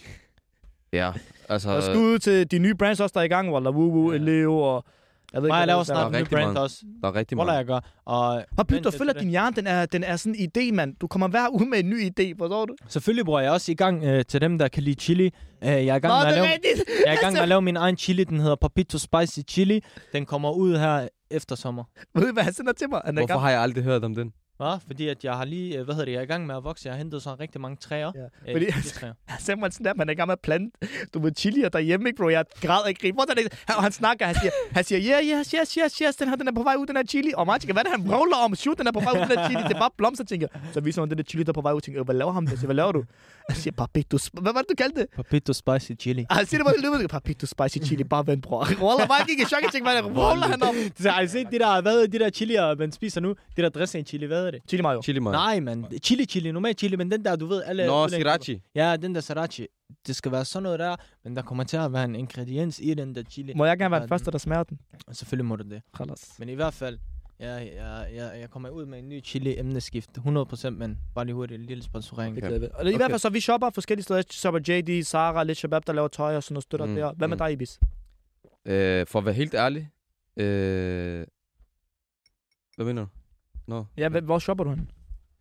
ja, altså... Og skud til de nye brands også, der er i gang. Wallah, Wuwu, Ja. Leo og... Jeg ved Nej, jeg hvad laver der er. snart en ny rigtig brand mange. også. Der er rigtig Wallah, mange. jeg gør. Og Papy, vent du lidt følger til din det. hjerne, den er, den er sådan en idé, mand. Du kommer hver uge med en ny idé, forstår du? Selvfølgelig bruger jeg også i gang øh, til dem, der kan lide chili. Øh, jeg er i gang Nå, med at det lave... er rigtigt! Jeg er i gang med at lave min egen chili. Den hedder Papito Spicy Chili. Den kommer ud her efter sommer. Ved du, hvad han sender til mig? Han er i Hvorfor gang. har jeg aldrig hørt om den? Hva? Fordi at jeg har lige, øh, hvad hedder det, jeg er i gang med at vokse. Jeg har hentet så rigtig mange træer. Ja, Øh, fordi- chilitræer. Han sender mig en snap, han er i gang med at plante. Du ved, chilier derhjemme, ikke, bro? Jeg græder ikke grin. Hvordan er det? Han, og han snakker, han siger, han siger, yeah, yes, yes, yes, yes, den her, den er på vej ud, den her chili. Og mig tænker, hvad er det, han vrøvler om? Shoot, den er på vej ud, den her chili. Det er bare blomster, tænker jeg. Så viser han den der chili, der er på vej ud, tænker jeg, hvad laver ham? Jeg siger, hvad laver du? Han siger, papito, sp- hvad var det, du kaldte det? Papito Spicy Chili. Han siger, det var det, lyder, papito spicy chili, bare vent, bror. Wallah, bare gik i chok, jeg tænkte, hvad vrøvler han om? Så har I set de der, hvad er de der chilier, man spiser nu? Det der dressing chili, hvad er det? Chili mayo. Chili man. Nej, man. Chili chili, normal chili, men den der, du ved, alle... Nå, udlændinge- sriracha. Ja, den der sriracha. Det skal være sådan noget der, men der kommer til at være en ingrediens i den der chili. Må jeg gerne være Ja, den første, der smager den? Og selvfølgelig må du det. Khalas. Men i hvert fald, ja, jeg, jeg, jeg kommer ud med en ny chili-emneskift. hundrede procent, men bare lige hurtigt en lille sponsorering. Det Okay. glæder vi. Og i hvert fald så vi shopper forskellige steder. Jeg shopper J D, Zara, lidt Shabab, der laver tøj og sådan noget støtter Mm, der. Hvad med mm. dig, Ibis? Øh, for at være helt ærlig. Øh, hvad mener du? Nå. Ja, hvad- hvor shopper du hen?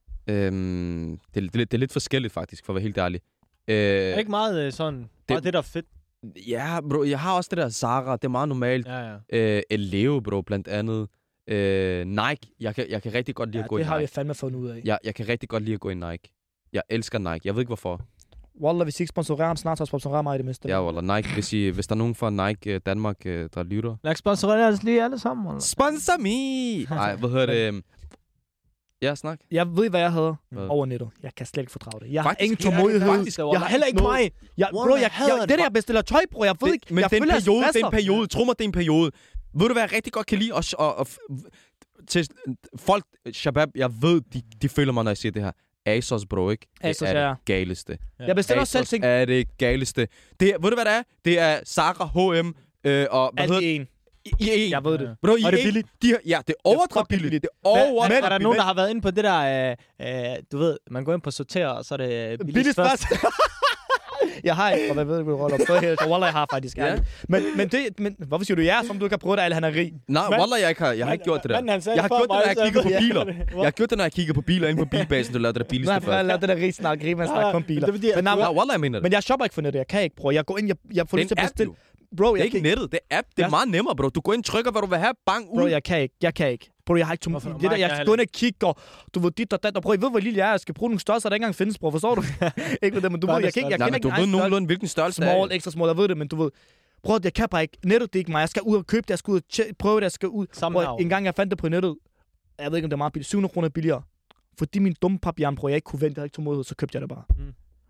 Øhm, det, er- det, er lidt- det er lidt forskelligt faktisk, for at være helt ærlig. Øh, Er det ikke meget øh, sådan, bare det der er fedt? Ja, bro, jeg har også det der Zara. Det er meget normalt. Ja, ja. Øh, Leo, bro, blandt andet. Øh, Nike. Jeg kan, jeg kan rigtig godt lide Ja, at gå i det har vi Nike. fandme fundet ud af. Jeg, jeg kan rigtig godt lide at gå i Nike. Jeg elsker Nike. Jeg ved ikke hvorfor. Wallah, hvis I ikke sponsorerer ham snart, så sponsorerer mig i det mindste. Ja, eller Nike. Hvis, I, hvis der er nogen fra Nike øh, Danmark, øh, der lytter. Lad os sponsorere os lige alle sammen, eller? Sponsor me! Nej, hvad hedder det? øhm, Ja, snak. Jeg ved, hvad jeg havde Hvad? over nettet. Jeg kan slet ikke fordrage det. Jeg har Faktisk, ingen helt tålmodighed. ærligt, faktisk, Jeg har heller ikke mig. Jeg, bro, Wallah, jeg, hader jeg, det. det der, jeg bestiller tøj, bro. Jeg ved Det, ikke. men jeg det er en føler, jeg periode, det er stresser. en periode. Tro mig, det er en periode. Ved du, hvad jeg rigtig godt kan lide? Og, og, og, til folk, Shabab, jeg ved, de, de føler mig, når jeg siger det her. Asos, bro, ikke? Asos, det er ja. det galeste. Jeg bestiller også selv Asos ting. er det galeste. Det er, ved du, hvad det er? Det er Zara, H M, øh, og hvad Alt hedder i det? en. I, i en. Jeg ved det. Bro, i Og det er en, billigt. De, har- ja, det er overdrevet fucking billigt. billigt. Det er Men, overdrevet er der nogen, billigt. der har været inde på det der, øh, øh, du ved, man går ind på sorter, og så er det øh, billigst Billigst først. først. Jeg har ikke, og hvad ved du, hvad du roller op. Wallah, jeg har faktisk. Ja. Ja. Men, men, det, men hvorfor siger du ja, som du ikke har prøvet, at alle han er rig? Nej, Men- wallah, jeg, ikke har, jeg har ikke gjort det der. Manden, han sagde Jeg har før gjort det, mig, når jeg så kigger på ved- biler. Hvor? Jeg har gjort det, når jeg kigger på biler inde på bilbasen, du lavede det der Nu billigste har jeg først. lavet det der rig snak, rig, man snakker kun biler. Det er fordi, at Men, nej, du- Nej, wallah, jeg mener det. men jeg shopper ikke for nettet, jeg kan ikke, bror. Jeg går ind, jeg, jeg får Det lyst til er at en app, bestille. jo. Bro, Det er jeg ikke kan ikke. nettet, det er app. Det er Jeg- meget nemmere, bro. Du går ind, trykker, hvad du vil have, bang, ud. Bro, jeg kan ikke. Jeg kan ikke. Bro, jeg har ikke tom... Hvorfor? Det der, Mig, jeg jeg skal gå ind og kigge, og du ved dit og dat, og bro, jeg ved, hvor lille jeg er. Jeg skal bruge nogle størrelser, der ikke engang findes, bro. Forstår du? ikke med det, men du ved, jeg kan ikke, jeg Nej, kan men ikke du engang ved størrelse. nogenlunde, hvilken størrelse det Small, er. ekstra small, jeg ved det, men du ved... Bro, jeg kan bare ikke. Nettet, det er ikke mig. Jeg skal ud og købe det, jeg skal ud og tje- prøve det, jeg skal ud. Samme Bro, her. en gang jeg fandt det på nettet, jeg ved ikke, om det er meget billigt, syv hundrede kroner billigere. Fordi min dumme papjern, bro, jeg ikke kunne vente, jeg havde ikke tålmodighed, så købte jeg det bare. Mm.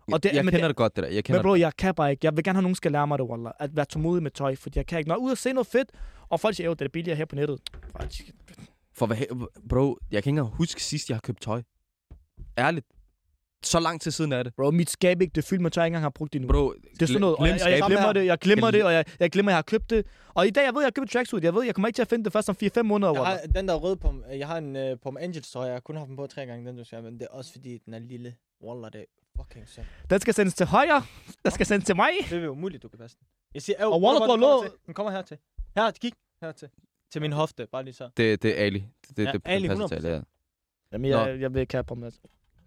Og det, jeg men kender det, det godt, det der. Jeg kender men bro, jeg kan bare ikke. Jeg vil gerne have, nogen skal lære mig det, wallah. At være tålmodig med tøj, fordi jeg kan ikke. Når jeg er ude og se noget fedt, og folk siger, jo, det er billigere her på nettet. For hvad, bro, jeg kan ikke engang huske sidst, jeg har købt tøj. Ærligt. Så lang tid siden er det. Bro, mit skab ikke, det er fyldt med tøj, jeg ikke engang har brugt det nu. Bro, det er sådan noget, og jeg, jeg, jeg glemmer det, jeg glemmer det, og jeg, jeg glemmer, jeg har købt det. Og i dag, jeg ved, jeg har købt et tracksuit. Jeg ved, jeg kommer ikke til at finde det først om fire fem måneder. Jeg har den der røde på, jeg har en uh, på Angels tøj, jeg har kun haft den på tre gange, den du siger, men det er også fordi, den er lille. Wallah, det er fucking synd. Den skal sendes til højre, den skal sendes til mig. Det er jo umuligt, du kan passe den. Jeg siger, og Wallah, den, lå... den kommer her til. Her, kig her til. Til min hofte, bare lige så. Det, det er Ali. Det, det, ja, det Ali, passer til, ja. Jamen, jeg, jeg vil ikke have på mig.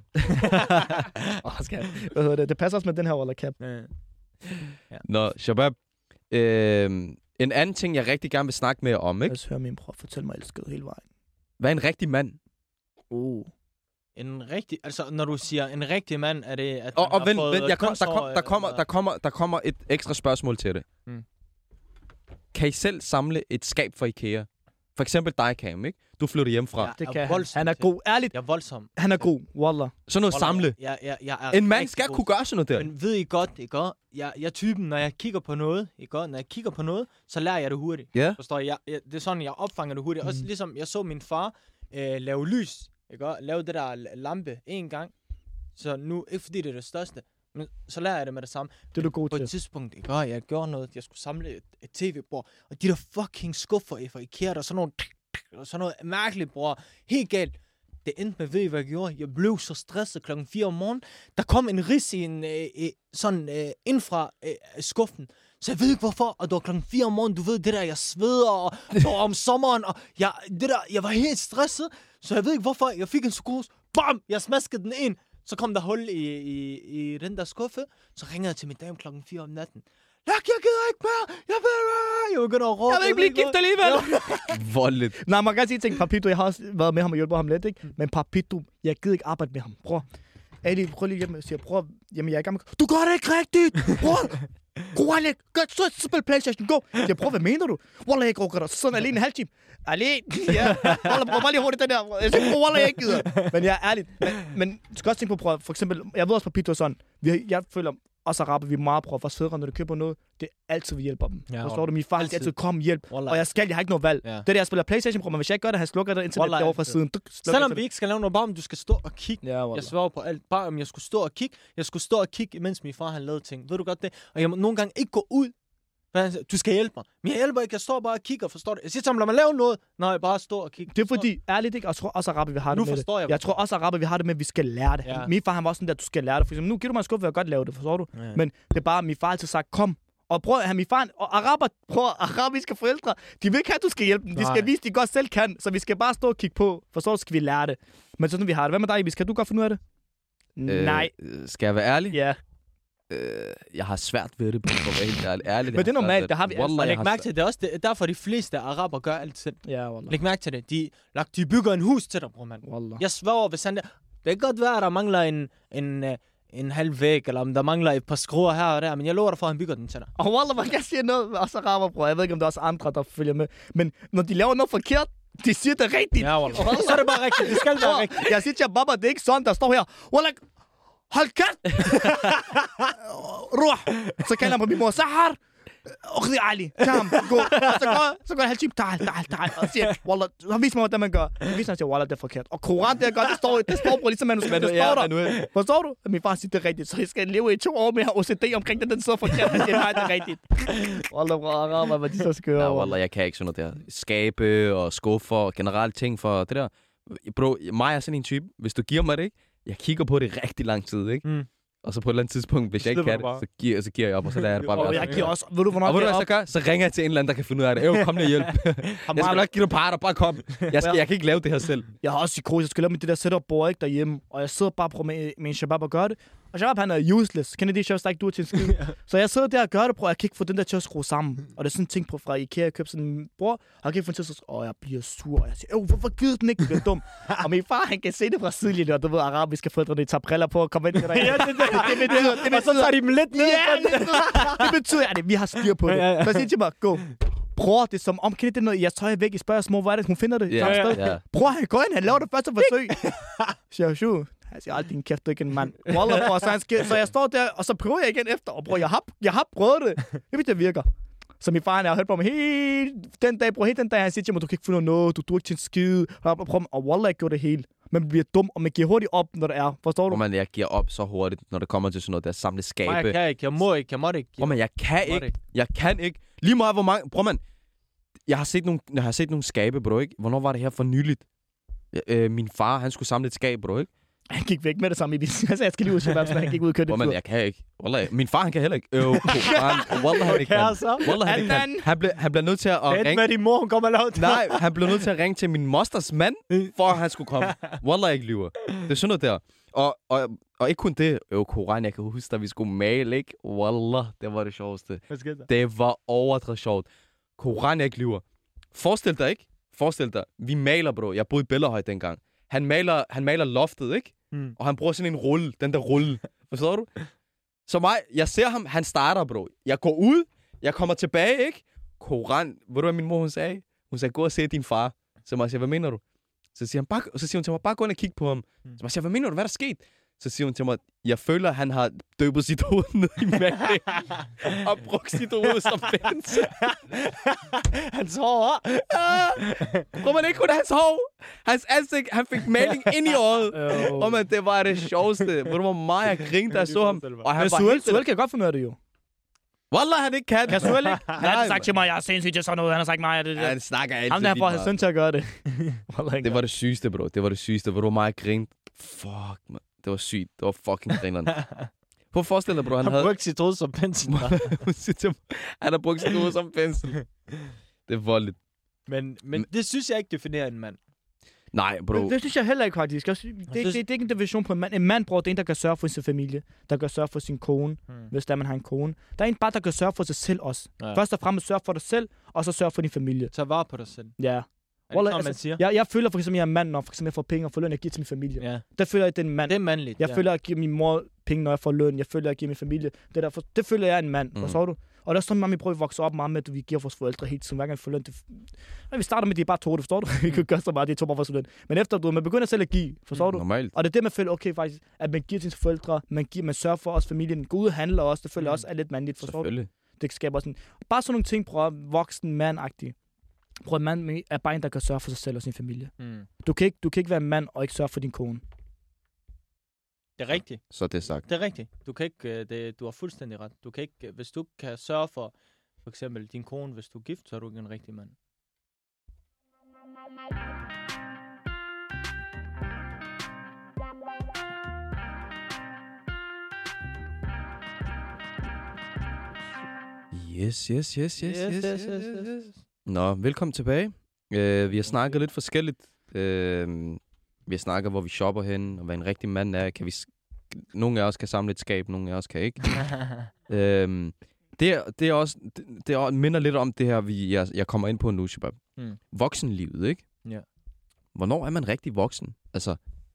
oh, skal Hvad hedder det? Det passer også med den her Wallah cap. Ja. Ja. Nå, Shabab. Øh, en anden ting, jeg rigtig gerne vil snakke med jer om, ikke? Lad os høre min bror fortælle mig elsket hele vejen. Hvad er en rigtig mand? Uh. En rigtig, altså når du siger en rigtig mand, er det at og, han og har vent, fået vent, jeg kom, der, kønsår, kom, der, kommer, der, kommer, der kommer et ekstra spørgsmål til det. Hmm. Kan I selv samle et skab for IKEA? For eksempel dig, Cam, ikke? Du flytter hjemmefra. Ja. Det er kan han. voldsom Han er til. god. Ærligt. Jeg er voldsom. Han er god. Wallah. Sådan noget Wallah, samle. Jeg, jeg, jeg er En mand rigtig skal god. kunne gøre sådan noget der. Men ved I godt, ikke? Jeg, jeg er typen, når jeg kigger på noget, ikke? Når jeg kigger på noget, så lærer jeg det hurtigt. Ja. Forstår I? Jeg, jeg, det er sådan, jeg opfanger det hurtigt. Mm. Også ligesom, jeg så min far øh, lave lys, ikke? Lave det der lampe en gang. Så nu, ikke fordi det er det største, men så lærer jeg det med det samme. Det er du god på til. et tidspunkt, ikke? Jeg gjorde noget, jeg skulle samle et, et tv-bord, og de der fucking skuffer fra IKEA, der sådan nogle, og sådan noget mærkeligt, bror. Helt galt. Det endte med, ved I, hvad jeg gjorde? Jeg blev så stresset klokken fire om morgenen. Der kom en ris i en, øh, øh, sådan øh, ind fra øh, skuffen. Så jeg ved ikke hvorfor, og det var klokken fire om morgenen, du ved det der, jeg sveder, og det var om sommeren, og jeg, det der, jeg var helt stresset, så jeg ved ikke hvorfor, jeg fik en skrus, bam, jeg smaskede den ind, så kom der hul i, i, i den der skuffe, så ringede jeg til min dame klokken fire om natten. Lak, jeg gider ikke mere, jeg vil, jeg begynder at råbe. Jeg vil ikke blive gift alligevel. Voldeligt. Nej, man kan sige ting. Papito, jeg har også været med ham og hjulpet ham lidt, ikke? Men Papito, jeg gider ikke arbejde med ham, bror. Ali, prøv lige hjem og siger, bror, jamen jeg er i gang med... Du gør det ikke rigtigt! Bror! Gå, Alec! Gør så, så spil PlayStation, gå! Jeg prøver, hvad mener du? Wallah, jeg ikke overgår dig. Så sådan alene en halv time. Alene! Ja, Wallah, prøv bare lige hurtigt den der. Jeg siger, bror, Wallah, jeg ikke gider. Men jeg er ærligt. Men, men du skal også tænke på, bror, for eksempel, jeg ved også Papito sådan, vi, jeg føler, os araber, vi er meget bror, vores fædre, når de køber noget, det er altid, vi hjælper dem. Ja, forstår du? Min far altid, altid kom hjælp, Wallah. og jeg skal, jeg har ikke noget valg. Ja. Det der, jeg spiller PlayStation, bror, men hvis jeg ikke gør det, han slukker det internet Wallah, derovre fra altid. siden. Duk, Selvom vi ikke skal lave noget, bare om du skal stå og kigge. Ja, jeg sværger på alt. Bare om jeg skulle stå og kigge. Jeg skulle stå og kigge, mens min far han lavede ting. Ved du godt det? Og jeg må nogle gange ikke gå ud. Du skal hjælpe mig. Men jeg hjælper ikke. Jeg står bare og kigger, forstår du? Jeg siger til ham, lad mig lave noget. Nej, bare stå og kigge. Det er fordi, ærligt ikke, og jeg tror også araber, vi har Nu det med forstår det. jeg, Jeg tror også araber, vi har det med, at vi skal lære det. Ja. Min far, han var også sådan der, du skal lære det. For eksempel, nu giver du mig en skuffe, jeg godt lave det, forstår du? Ja. Men det er bare, min far altid sagt, kom. Og prøv at have min far, og araber, prøv arabiske forældre, de vil ikke have, at du skal hjælpe dem. De skal Nej. vise, at de godt selv kan. Så vi skal bare stå og kigge på, for så skal vi lære det. Men sådan vi har det. Hvad med dig, Ibis? Kan du godt finde ud af det? Øh, Nej. Skal jeg være ærlig? Ja. Øh, jeg har svært ved det, på at være helt ærlig. ærligt. Men det er normalt, det har vi Wallah, Og jeg læg har mærke svært- til, det er også det, derfor de fleste araber gør alt selv. Ja, wallah. Læg mærke til det. De, lagt, de bygger en hus til dig, bror mand. Wallah. Jeg sværger, hvis han... Det kan godt være, at der mangler en, en, øh, en halv væg, eller om der mangler et par skruer her og der, men jeg lover dig for, at han bygger den til dig. Og wallah, man kan sige noget med os araber, bror. Jeg ved ikke, om der er også andre, der følger med. Men når de laver noget forkert, de siger det rigtigt. Ja, wallah. Så er det bare rigtigt. Det skal være rigtigt. Jeg siger til jer, baba, det er ikke sådan, der står her. Wallah, hold kæft! Ruh! Så kalder han på min mor, Sahar! Ukhdi Ali, tam, gå. Så går, så går jeg halv time, tal, tal, tal. Og siger, wallah, så vis mig, hvordan man gør. Jeg viser, han siger, wallah, det er forkert. Og Koran, det er godt, det står, det står på ligesom manuskript, det står der. Forstår du? Min far siger, det er rigtigt. Så jeg skal leve i to år med at have O C D omkring den, den sidder forkert. Han siger, nej, det er rigtigt. Wallah, bror, araber, hvad de så skal gøre. Ja, wallah, jeg kan ikke sådan noget der. Skabe og skuffer og generelt ting for det der. Bro, mig er sådan en type. Hvis du giver mig det, ikke? Jeg kigger på det rigtig lang tid, ikke? Mm. Og så på et eller andet tidspunkt, hvis jeg ikke kan det, så giver, så giver jeg op, og så lader jeg det bare Og være. jeg giver også, ved du, hvornår Og ved du, jeg hvad jeg så gør? Så ringer jeg til en eller anden, der kan finde ud af det. Øh, kom lige hjælp. Jeg skal nok give dig parter, bare kom. Jeg, skal, jeg kan ikke lave det her selv. Jeg har også psykose, jeg skal lave med det der setup-bord, ikke, derhjemme. Og jeg sidder bare på med, med en Shabab og gør det. Og Shabab, han er useless. Kender de chefs, der ikke duer til en skid? Så jeg sidder der og gør det, bror. Jeg kan ikke få den der til at skrue sammen. Og det er sådan en ting på fra IKEA, jeg købte sådan en bror. Og jeg kan ikke få den til at skrue. Og jeg bliver sur. Og jeg siger, øh, hvorfor gider den ikke? Du bliver dum. Og min far, han kan se det fra sidelinjen. Og du ved, arabiske forældre, de tager briller på og kommer ind til dig. Ja, det, det, det, betyder, det betyder, Og så tager de dem lidt ned. Ja, det, det betyder, at vi har styr på det. Så siger til mig, gå. Bror, det er som om, kan det noget, jeg tøj væk i spørgsmål, hvor er det, hun finder det? Ja, Samme sted. ja. Bror, han går ind, han laver det første forsøg. Så jeg, Jeg siger, din kæft, du er ikke en mand. Wallah, bror, så, han skal, så jeg står der, og så prøver jeg igen efter, og bror, jeg har, jeg har prøvet det. Jeg ved, det virker. Så min far, han har hørt på mig hele den dag, bror, hele den dag, han siger til mig, du kan ikke finde noget, du duer ikke til en skide. Og Wallah, jeg gjorde det hele. Man bliver dum, og man giver hurtigt op, når det er. Forstår du? Hvor man, jeg giver op så hurtigt, når det kommer til sådan noget der samle skabe. Nej, jeg kan ikke. Jeg må ikke. Jeg må ikke. Bror, man, jeg kan Jeg må ikke. Jeg kan ikke. Lige meget, hvor mange... Bror, man, jeg har set nogle, jeg har set nogle skabe, bro, ikke? Hvornår var det her for nyligt? Øh, min far, han skulle samle et skab, bro, ikke? Han gik væk med det samme i bilen. Altså, jeg skal lige ud til han gik ud og kørte Bror, man, jeg kan ikke. Wallah, min far, han kan heller ikke. Øh, han, Wallah, han ikke kan. Wallah, han ikke kan. Han bliver, han bliver nødt til at Vent ringe... med din mor, hun kommer lavt. Nej, han blev nødt til at ringe til min mosters mand, for at han skulle komme. Wallah, ikke lyver. Det er sådan noget der. Og, og, og ikke kun det. Jo, Koran, jeg kan huske, at vi skulle male, ikke? Wallah, det var det sjoveste. Hvad skete der? Det var overdrevet sjovt. Koran, jeg ikke lyver. Forestil dig, ikke? Forestil dig. Vi maler, bro. Jeg boede i Bellerhøj dengang. Han maler, han maler loftet, ikke? Mm. Og han bruger sådan en rulle. Den der rulle. Forstår du? Så mig, jeg ser ham, han starter, bro. Jeg går ud, jeg kommer tilbage, ikke? Koran, ved du hvad min mor, hun sagde? Hun sagde, gå og se din far. Så jeg siger, hvad mener du? Så siger, han, bare, så siger hun til mig, bare gå ind og kigge på ham. Mm. Så jeg siger, hvad mener du? Hvad er der sket? Så siger hun til mig, jeg føler, at han har døbet sit hoved ned i maling. Og brugt sit hoved som pensel. Hans hår, hva'? Hvor man ikke kun hans hår. Hans ansigt, han fik maling ind i øjet. Oh. Og man, det var det sjoveste. Hvor du var meget, jeg grinede, da jeg så ham. Og han Men var Suel, helt... Suel kan godt finde det jo. Wallah, han ikke kan. Kan Suel ikke? Han har sagt til mig, jeg er sindssygt til sådan noget. Han har sagt mig, det, det. Han snakker altid. Ham der får hans søn til at gøre det. Wallah, det var det sygeste, bro. Det var det sygeste. Hvor du var meget grint. Fuck, man. Det var sygt. Det var fucking grineren. Prøv at forestille dig, bro. Han, han havde... brugt sit hoved som pensel. Han har brugt sit hoved som pensel. Det er voldeligt. Men, men det synes jeg ikke definerer en mand. Nej, bro. Det, det synes jeg heller ikke, faktisk. Det, det, det, det, det er ikke en definition på en mand. En mand, bror, det er en, der kan sørge for sin familie. Der kan sørge for sin kone, hmm. hvis der man har en kone. Der er en bare, der kan sørge for sig selv også. Ja. Først og fremmest sørge for dig selv, og så sørge for din familie. Tag vare på dig selv. Ja. Wallah, altså, man siger? Jeg, jeg føler for eksempel, at jeg er mand, når for eksempel, jeg får penge og får løn, jeg giver til min familie. Ja. Der føler jeg, at det er en mand. Det er mandligt. Jeg ja. føler, at jeg giver min mor penge, når jeg får løn. Jeg føler, at jeg giver min familie. Det, derfor, det føler jeg er en mand. Mm. Forstår du? Og der er sådan, at vi prøver at vokse op meget med, at vi giver vores forældre helt tiden, hver gang vi får løn. Det... Vi starter med, at de er bare to, det forstår du? Vi kan gøre så meget, de er to bare for løn. Men efter du, man begynder selv at give, forstår mm, du? Normalt. Og det er det, man føler, okay, faktisk, at man giver til sine forældre, man, giver, man sørger for os familien. Gå ud og handler også, det føler mm. også er lidt mandligt, forstår du? Det skaber sådan, bare sådan nogle ting, prøv voksen mand-agtigt. Prøv en mand er bare en, der kan sørge for sig selv og sin familie. Mm. Du, kan ikke, du kan ikke være mand og ikke sørge for din kone. Det er rigtigt. Så det er sagt. Det er rigtigt. Du kan ikke, det, du har fuldstændig ret. Du kan ikke, hvis du kan sørge for, for eksempel din kone, hvis du er gift, så er du ikke en rigtig mand. Yes, yes, yes, yes, yes, yes, yes, yes, yes. Nå, velkommen tilbage. Uh, vi har snakket lidt forskelligt. Uh, vi har snakket, hvor vi shopper hen, og hvad en rigtig mand er. Kan vi nogle af os kan samle et skab, nogle af os kan ikke. uh, det, er, det er også det, det er, minder lidt om det her, vi, jeg, jeg kommer ind på nu, Shabab. Mm. Voksenlivet, ikke? Ja. Hvornår er man rigtig voksen? Altså,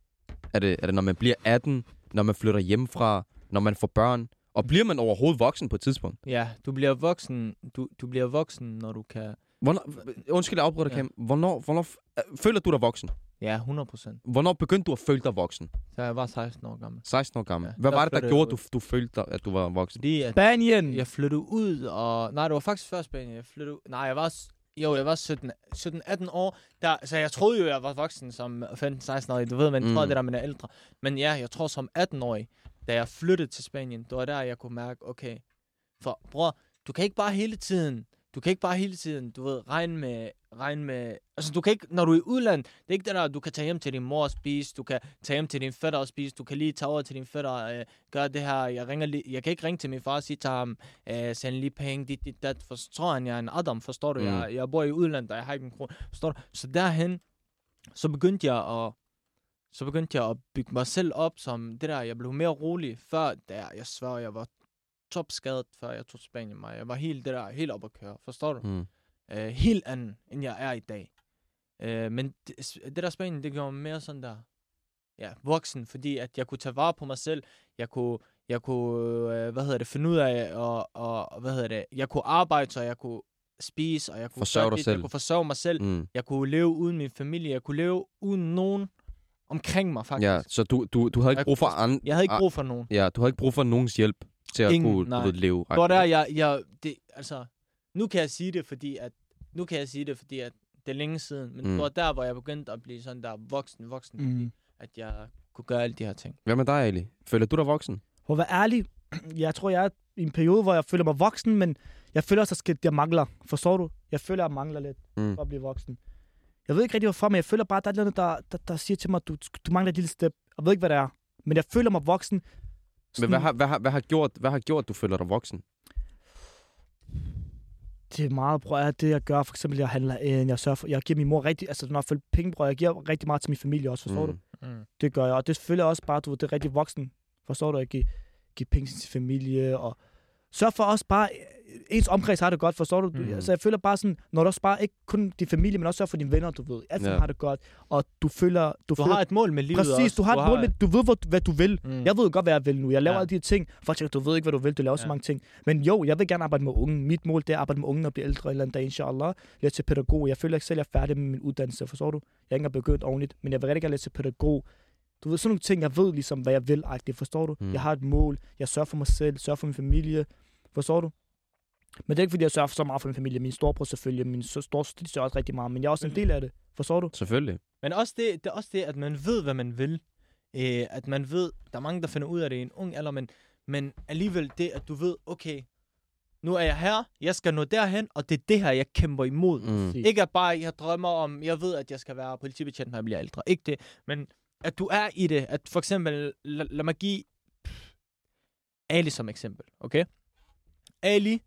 er det, er det når man bliver atten, når man flytter hjemmefra, når man får børn? Og bliver man overhovedet voksen på et tidspunkt? Ja, du bliver voksen, du, du bliver voksen, når du kan... Hvornår, undskyld, jeg afbryder dig, ja. Hvornår, hvornår føler du dig voksen? Ja, hundrede procent. Hvornår begyndte du at føle dig voksen? Så jeg var seksten år gammel. seksten år gammel. Ja, Hvad var det, der gjorde, at du, du følte dig, at du var voksen? Fordi at Spanien! Jeg flyttede ud, og... Nej, det var faktisk før Spanien. Jeg flyttede ud... Nej, jeg var... Jo, jeg var sytten atten år. Der, så jeg troede jo, jeg var voksen som femten seksten år. Du ved, man mm. tror det der, man er ældre. Men ja, jeg tror som atten-årig, da jeg flyttede til Spanien, det var der, jeg kunne mærke, okay, for bror, du kan ikke bare hele tiden, du kan ikke bare hele tiden, du ved, regne med, regne med, altså du kan ikke, når du er i udland, det er ikke det der, du kan tage hjem til din mor og spise, du kan tage hjem til din fætter og spise, du kan lige tage over til din fætter og øh, gøre det her, jeg ringer lige, jeg kan ikke ringe til min far og sige til ham, øh, send lige penge, dit, dit, dat, for så tror han, jeg er en Adam, forstår du, mm. jeg, jeg bor i udland, og jeg har ikke en krone, forstår du, så derhen, så begyndte jeg at, så begyndte jeg at bygge mig selv op som det der, jeg blev mere rolig, før der, jeg svær, jeg var topskadet, før jeg tog Spanien mig. Jeg var helt det der, helt op at køre. Forstår du? Mm. Uh, helt anden, end jeg er i dag. Uh, men det, det der Spanien, det gjorde mig mere sådan der, ja, voksen, fordi at jeg kunne tage vare på mig selv. Jeg kunne, jeg kunne, uh, hvad hedder det, finde ud af, og, og hvad hedder det, jeg kunne arbejde, så jeg kunne spise, og jeg kunne forsørge dig det, selv. Jeg kunne forsørge mig selv. Mm. Jeg kunne leve uden min familie. Jeg kunne leve uden nogen. omkring mig, faktisk. Ja, så du, du, du havde ikke Jeg brug for kunne- andre... Jeg havde ikke brug for nogen. Ja, du havde ikke brug for nogens hjælp til at Ingen, kunne nej. du ved, leve. Det var der, jeg, jeg det, altså, nu kan jeg sige det, fordi at, nu kan jeg sige det, fordi at det er længe siden, men Mm. det var der, hvor jeg begyndte at blive sådan der voksen, voksen, Mm. fordi at jeg kunne gøre alle de her ting. Hvad med dig, Ali? Føler du dig voksen? For at være ærlig, jeg tror, jeg er i en periode, hvor jeg føler mig voksen, men jeg føler også, at jeg mangler. Forstår du? Jeg føler, at jeg mangler lidt Mm. for at blive voksen. Jeg ved ikke rigtig, hvorfor, men jeg føler bare, at der er noget, der, der, der siger til mig, at du, du mangler et lille step. Jeg ved ikke, hvad det er. Men jeg føler mig voksen. Men hvad har, hvad, har, hvad, har gjort, hvad har gjort, at du føler dig voksen? Det er meget, bror, jeg, det jeg gør. For eksempel, jeg handler ind, jeg sørger for, jeg giver min mor rigtig, altså når jeg følger penge, bror, jeg giver rigtig meget til min familie også, forstår Mm. du? Mm. Det gør jeg, og det føler jeg også bare, du ved, det er rigtig voksen. Forstår du? At give, give penge til sin familie, og sørg for også bare, ens omkreds har det godt, forstår du? Mm. Så jeg føler bare sådan, når du også bare, ikke kun din familie, men også sørger for dine venner, du ved. Alt Ja. ja. har det godt, og du føler... Du, Du føler, har et mål med livet præcis, også. du har et mål med, du ved, hvad, hvad du vil. Mm. Jeg ved godt, hvad jeg vil nu. Jeg laver Ja. ja. alle de her ting. Folk tænker, du ved ikke, hvad du vil. Du laver ja. så Ja. mange ting. Men jo, jeg vil gerne arbejde med unge. Mit mål det er at arbejde med unge og blive ældre en eller anden dag, inshallah. Læse til pædagog. Jeg føler ikke selv, at jeg er færdig med min uddannelse. Forstår du? Jeg er ikke engang begyndt ordentligt, men jeg vil rigtig gerne læse til pædagog. Du ved, sådan nogle ting, jeg ved ligesom, hvad jeg vil. Forstår du? Mm. Jeg har et mål. Jeg sørger for mig selv. Sørger for min familie. Forstår du? Men det er ikke, fordi jeg sørger for så meget for min familie. Min storebror selvfølgelig. Min storsøster, de sørger også rigtig meget. Men jeg er også en del af det. Forstår du? Selvfølgelig. Men også det, det er også det, at man ved, hvad man vil. Øh, at man ved, der er mange, der finder ud af det i en ung alder, men, men alligevel det, at du ved, okay, nu er jeg her, jeg skal nå derhen, og det er det her, jeg kæmper imod. Mm. Sig. Ikke at bare, jeg drømmer om, jeg ved, at jeg skal være politibetjent, når jeg bliver ældre. Ikke det, men at du er i det. At for eksempel, lad, lad mig give Ali som eksempel, okay? Ali,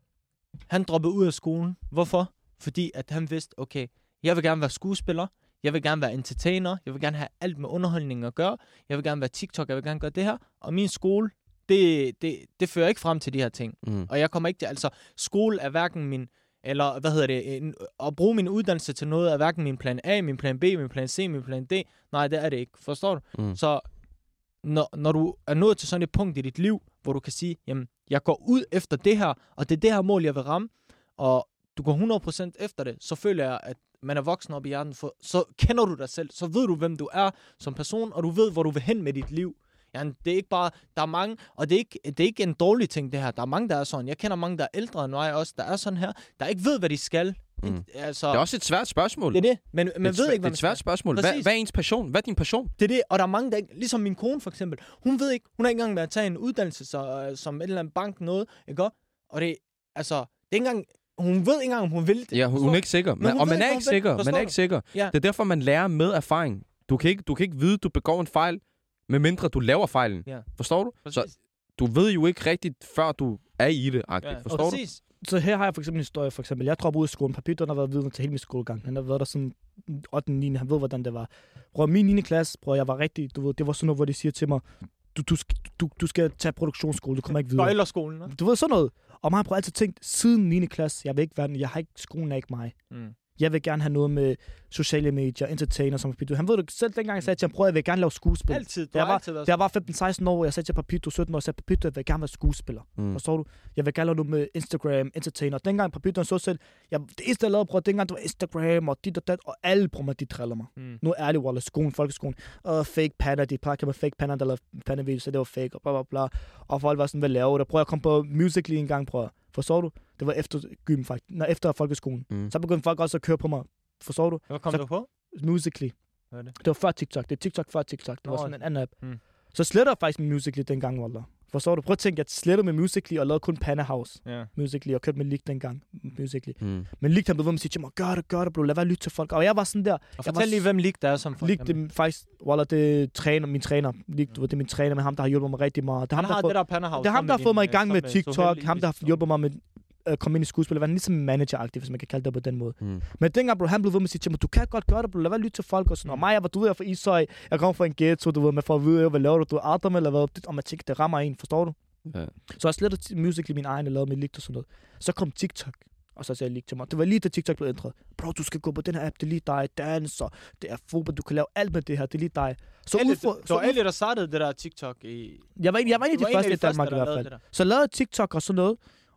han droppede ud af skolen. Hvorfor? Fordi at han vidste, okay, jeg vil gerne være skuespiller, jeg vil gerne være entertainer, jeg vil gerne have alt med underholdning at gøre, jeg vil gerne være TikTok, jeg vil gerne gøre det her, og min skole, det, det, det fører ikke frem til de her ting. Mm. Og jeg kommer ikke til, altså, skole er hverken min, eller hvad hedder det, en, at bruge min uddannelse til noget er hverken min plan A, min plan B, min plan C, min plan D. Nej, det er det ikke. Forstår du? Mm. Så når, når du er nået til sådan et punkt i dit liv, hvor du kan sige, jamen, jeg går ud efter det her, og det er det her mål, jeg vil ramme, og du går hundrede procent efter det, så føler jeg, at man er voksen op i hjernen, for så kender du dig selv, så ved du, hvem du er som person, og du ved, hvor du vil hen med dit liv. Ja, det er ikke bare, der er mange, og det er, ikke, det er ikke en dårlig ting, det her. Der er mange, der er sådan. Jeg kender mange, der er ældre end mig også, der er sådan her, der ikke ved, hvad de skal. Mm. Altså, Det er også et svært spørgsmål. det er det, men man det ved er, ikke, hvad det er et svært spørgsmål. Hvad, Præcis. hvad er ens passion? Hvad er din passion? Det er det, og der er mange, der ikke, ligesom min kone for eksempel, hun ved ikke, hun har ikke engang med at tage en uddannelse, så, uh, som et eller andet bank noget, ikke? Og det, altså, det er ikke engang, hun ved ikke engang, om hun vil det. Ja, hun, hun er ikke sikker. Men Men, hun og ved man ikke, er hvad ikke hun vil. sikker. Man Forstår er du? ikke sikker. Ja. Det er derfor, man lærer med erfaring. Du kan ikke, du kan ikke vide, du begår en fejl, medmindre du laver fejlen. Ja. Forstår du? Præcis. Så du ved jo ikke rigtigt, før du er i det. Ja, Forstår du? præcis. Så her har jeg for eksempel en historie. For eksempel, jeg droppede ud af skolen. Papito har været vidne til hele min skolegang. Han har været der sådan ottende niende Han ved, hvordan det var. Bror, min niende klasse, bror, jeg var rigtig, du ved, det var sådan noget, hvor de siger til mig, du, du, du, du skal tage produktionsskole, du kommer ikke videre. Bøjlerskolen, ne? Du ved, sådan noget. Og man har altid tænkt, siden niende klasse, jeg vil ikke være den, jeg har ikke, skolen er ikke mig. Mm. Jeg vil gerne have noget med sociale medier, entertainer som Papito. Han ved det selv dengang, jeg sagde til ham, prøv, jeg vil gerne lave skuespil. Altid, du Da jeg har var- altid været Da jeg var femten seksten år, jeg sagde til Papito, sytten år, jeg sagde, Papito, jeg vil gerne være skuespiller. Mm. Forstår du? Jeg vil gerne lave noget med Instagram, entertainer. Dengang Papito så selv, jeg, det eneste, jeg lavede, bror, dengang det var Instagram og dit og dat, og alle, bror, mig, de driller mig. Mm. Nu er ærligt, Wallace, skolen, folkeskolen. Og fake panda, de plejer med fake panda, der lavede panda så det var fake, og bla bla bla. Og folk var sådan, hvad laver du? Prøv at komme på Musical.ly en gang, bror. Forstår du? Det var efter gym, faktisk. Nå, efter folkeskolen. Mm. Så begyndte folk også at køre på mig. Forstår du? Hvad kom Så- du på? Musical.ly. Hvad er det? Det var før TikTok. Det er TikTok før TikTok. Det var Nå, sådan en anden app. mm. Så sletter jeg faktisk min Musical.ly dengang, Wallah. Forstår du? Prøv at tænke, jeg slettede med Musical.ly og lavede kun Panda House. Ja. Musical.ly og kørte med Leak dengang. Musical.ly. Mm. Men Leak, han blev ved med at sige til mig, gør det, gør det, bro. Lad være at lytte til folk. Og jeg var sådan der. Og Jeg fortæl var lige, hvem League der er som folk. Leak, det er faktisk, Wallah, det er træner, min træner. Leak, du ved, det er min træner, men ham, der har hjulpet mig rigtig meget. Det er Han ham, der har har det fået, der Panderhouse. det er ham, der har fået mig i gang med TikTok. Ham, der har hjulpet. hjulpet mig med at komme ind i skuespil. Det var ligesom en manager-agtig, hvis man kan kalde det på den måde. Mm. Men dengang, bro, han blev ved med at sige til mig, du kan godt gøre det, bro, lad være at lytte til folk og sådan. Og mig, jeg var, du ved, jeg er fra Ishøj, jeg kommer fra en ghetto, du ved, man får at vide, hvad laver du, du er Adam eller hvad, og man tænker, det rammer en, forstår du? Ja. Så jeg slettede Musical.ly min egen, og lavede mit ligt og sådan noget. Så kom TikTok, og så sagde jeg til mig, det var lige da TikTok blev ændret. Bro, du skal gå på den her app, det er lige dig, danser, det er fodbold, du kan lave alt med det her, det er lige dig. Så Så udfor, det så var udfor, alle, der startede det der TikTok i... jeg var en, jeg var en af Du de første i Danmark i der hvert lavede fald. det der. Så lavede jeg TikTok og sådan noget,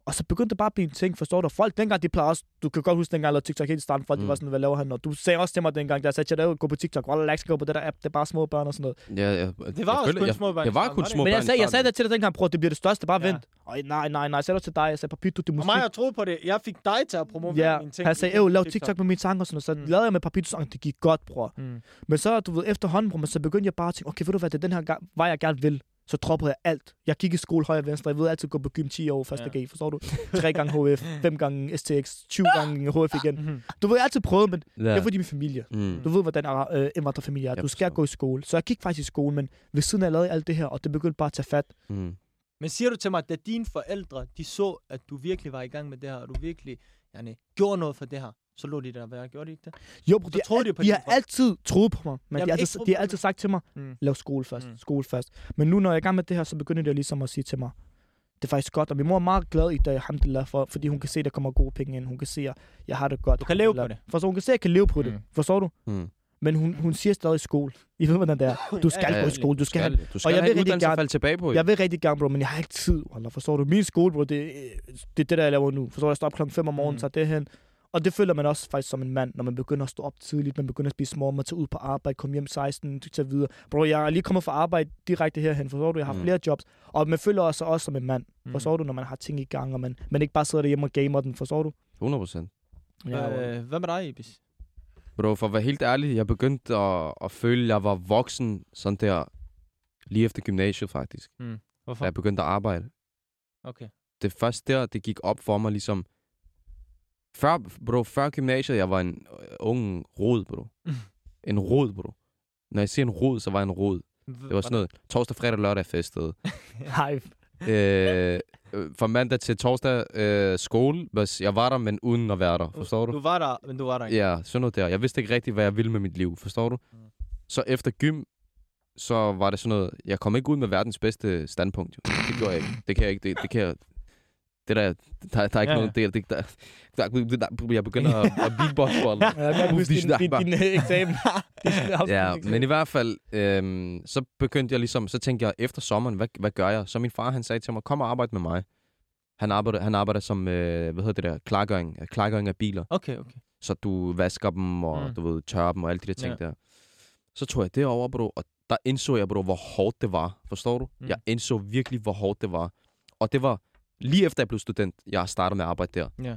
Og så begyndte det bare at blive en ting, forstår du? Folk dengang, de plejede også, du kan godt huske dengang, jeg lavede TikTok helt i starten, folk, mm. de var sådan, hvad laver han? Og du sagde også til mig dengang, da jeg sagde til dig, gå på TikTok, wallah, jeg skal gå på det der app, det er bare små børn og sådan noget. Ja, ja. Det var også kun små børn. Det var kun små børn. Men jeg sagde, jeg sagde det til dig dengang, bror, det bliver det største, bare Ja. vent. Og nej, nej, nej, jeg sagde det til dig, jeg sagde, Papito, det er musik. Og mig, jeg troede på det. Jeg fik dig til at promovere Ja, mine ting. han sagde, øh, lav TikTok med mine sange og sådan noget. Så Mm. lavede jeg med Papito sang, det gik godt, bror. Mm. Men så, du ved, efterhånden, bror, så begyndte jeg bare at tænke, okay, ved du hvad, det er den her gang, vej, jeg gerne vil. Så droppede jeg alt. Jeg gik i skole højre og venstre. Jeg ved altid gå på gym ti år, første Ja. G, forstår du? Tre gange H F, fem gange S T X, tyve gange H F igen. Mm-hmm. Du ved, jeg har altid prøvet, men Ja. det er fordi min familie. Mm. Du ved, hvordan øh, indvandrerfamilie er. Jeg Du skal forstår. gå i skole. Så jeg gik faktisk i skole, men ved siden af jeg lavede alt det her, og det begyndte bare at tage fat. Mm. Men siger du til mig, at da dine forældre, de så, at du virkelig var i gang med det her, og du virkelig yani, gjorde noget for det her, så lå de der være. Gjorde de ikke det? Jo, bro, Så de, troede de de, på de din har far. altid troet på mig, men Jamen, de har ikke altid, troet de har på altid sagt til mig, Mm. lav skole først, Mm. skole først. Men nu, når jeg er i gang med det her, så begynder de ligesom at sige til mig, det er faktisk godt, og min mor er meget glad i dag, alhamdulillah, for, fordi hun kan se, at der kommer gode penge ind. Hun kan se, at jeg har det godt. Du kan leve på alhamdulillah. det. Forstår, hun kan se, at jeg kan leve på det. Mm. Forstår du? Mm. Men hun, hun siger stadig skole. I ved, hvordan det er. Du skal Ja, gå i ja, skole, du skal have... Du skal jeg have vil en rigtig uddannelse at gerne- falde tilbage på. jo. Jeg vil rigtig gerne, bro, men jeg har ikke tid. Eller forstår du? Min skole, bro, det, det er det, der, jeg laver nu. Forstår du? Jeg står op klokken fem om morgenen, Mm. så det hen. Og det føler man også faktisk som en mand, når man begynder at stå op tidligt, man begynder at spise morgen, man tager ud på arbejde, komme hjem seksten, du tager videre. Bro, jeg er lige kommet fra arbejde direkte herhen, forstår du? Jeg har Mm. flere jobs, og man føler også, også som en mand, Mm. forstår du? Når man har ting i gang, og man, man ikke bare sidder derhjemme og gamer den, forstår du? hundrede procent. Ja, Øh, hvad med dig, Ibis? Bro, for at være helt ærlig, jeg begyndte at, at føle, at jeg var voksen sådan der lige efter gymnasiet faktisk. Hvorfor? Da jeg begyndte at arbejde. Okay. Det er først der, det gik op for mig ligesom... Før, bro, før gymnasiet, jeg var en øh, ung rod, bro. En rod, bro. Når jeg siger en rod, så var jeg en rod. Det var sådan noget torsdag, fredag, lørdag festede. Hej. øh, øh, fra mandag til torsdag øh, skole, hvis jeg var der, men uden at være der. Forstår du? Du var der, men du var der ikke. Ja, sådan noget der. Jeg vidste ikke rigtigt, hvad jeg ville med mit liv. Forstår du? Mm. Så efter gym, så var det sådan noget... Jeg kom ikke ud med verdens bedste standpunkt. Jo. Det gjorde jeg ikke. Det kan jeg ikke. Det, det kan jeg... Det der... Der, der er ikke Ja, ja. noget... Det, det, der, der, der, der, jeg begynder at, at beatboxe for alle. Ja, jeg kan huske din, din, din, din eksamen. Ja, men i hvert fald, øhm, så begyndte jeg ligesom, så tænkte jeg, efter sommeren, hvad, hvad gør jeg? Så min far, han sagde til mig, kom og arbejde med mig. Han arbejder, han arbejder som, øh, hvad hedder det der, klargøring, klargøring af biler. Okay, okay. Så du vasker dem, og Mm. du ved, tørrer dem, og alle de der ting Ja. der. Så tog jeg det over, bro, og der indså jeg, bro, hvor hårdt det var. Forstår du? Mm. Jeg indså virkelig, hvor hårdt det var. Og det var lige efter jeg blev student, jeg startede med at arbejde der. Ja.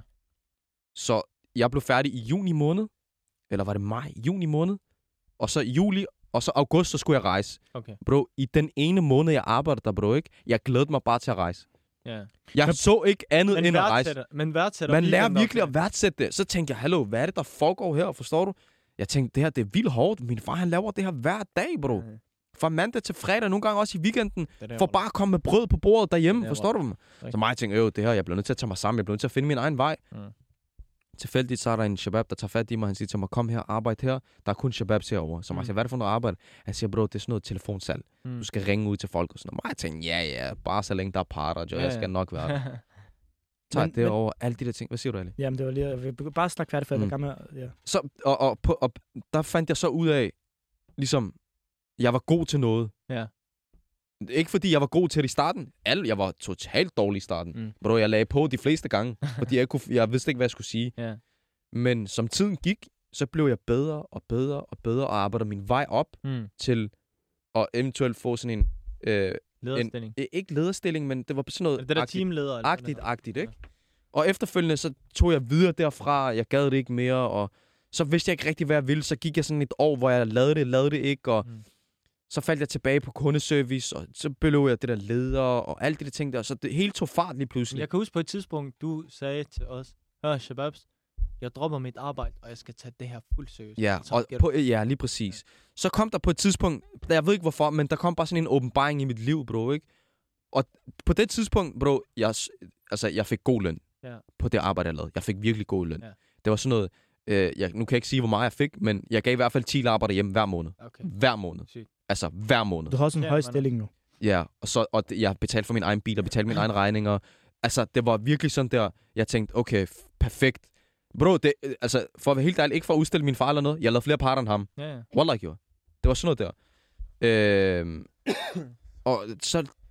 Så jeg blev færdig i juni måned, eller var det maj? Juni måned. Og så juli, og så august, så skulle jeg rejse. Okay. Bro, i den ene måned, jeg arbejdede der, bro, ikke? Jeg glædede mig bare til at rejse. Ja. Jeg så ikke andet Men end at rejse. værdsætter, men værdsætter Man lærer weekenden virkelig også. at værdsætte det. Så tænkte jeg, hallo, hvad er det, der foregår her? Forstår du? Jeg tænkte, det her, det er vildt hårdt. Min far, han laver det her hver dag, bro. Mhm. Fra mandag til fredag, nogle gange også i weekenden. Det er For bare at komme med brød på bordet derhjemme, Det er forstår du dem? Så mig tænkte, øh, det her, jeg bliver nødt til at tage mig sammen. Jeg bliver nødt til at finde min egen vej. Mm. Tilfældigt så er der en shabab, der tager fat i mig. Han siger til mig, kom her, arbejde her. Der er kun shababs herovre. Så mig Mm. siger, hvad er det for noget arbejde? Han siger, bro, det er sådan noget telefonsalg. Mm. Du skal ringe ud til folk og sådan noget. Jeg tænkte, ja, ja, bare så længe der er parter, jo, Ja, jeg ja. skal nok være der. Tager Men- det men- over, alle de der ting. Hvad siger du, Ali? Jamen, det var lige... Jeg vil bare snakke færdigt, for jeg Mm. er gammel. Ja. Så, og, og, på, og der fandt jeg så ud af, ligesom, jeg var god til noget. Ja. Ikke fordi jeg var god til det i starten. Alle, jeg var totalt dårlig i starten. Mm. Bro, jeg lagde på de fleste gange, fordi jeg, kunne, jeg vidste ikke, hvad jeg skulle sige. Ja. Men som tiden gik, så blev jeg bedre og bedre og bedre, og arbejdede min vej op Mm. til at eventuelt få sådan en... Øh, Lederstilling. en ikke lederstilling, men det var sådan noget... Er det der agtigt- teamleder? eller hvad Agtigt, det hedder? agtigt, ikke? Og efterfølgende, så tog jeg videre derfra. Jeg gad det ikke mere, og så vidste jeg ikke rigtig, hvad jeg ville. Så gik jeg sådan et år, hvor jeg lavede det, lavede det ikke, og Mm. så faldt jeg tilbage på kundeservice, og så blev jeg det der leder, og alt det der ting der. Så det hele tog fart lige pludselig. Jeg kan huske på et tidspunkt, du sagde til os, hør Shababs, jeg dropper mit arbejde, og jeg skal tage det her fuldt seriøst. Ja, Så og skal på, ja, lige præcis. Så kom der på et tidspunkt, jeg ved ikke hvorfor, men der kom bare sådan en åbenbaring i mit liv, bro, ikke? Og på det tidspunkt, bro, jeg, altså, jeg fik god løn Ja. på det arbejde, jeg lavede. Jeg fik virkelig god løn. Ja. Det var sådan noget, øh, jeg, nu kan jeg ikke sige, hvor meget jeg fik, men jeg gav i hvert fald ti arbejder hjem hver måned. Okay. Hver måned. Sygt. Altså, hver måned. Du har også en Ja, høj man- stilling nu. Ja, og, så, og det- jeg betalte for min egen bil, og betalte mine egne regninger. Altså, det var virkelig sådan der, jeg tænkte, okay, f- perfekt. Bro, det, øh, altså, for at være helt ærlig, ikke for at udstille min far eller noget, jeg lavede flere parter end ham. Ja, ja. Wallah, gjorde. Det var sådan noget der. Øh, og så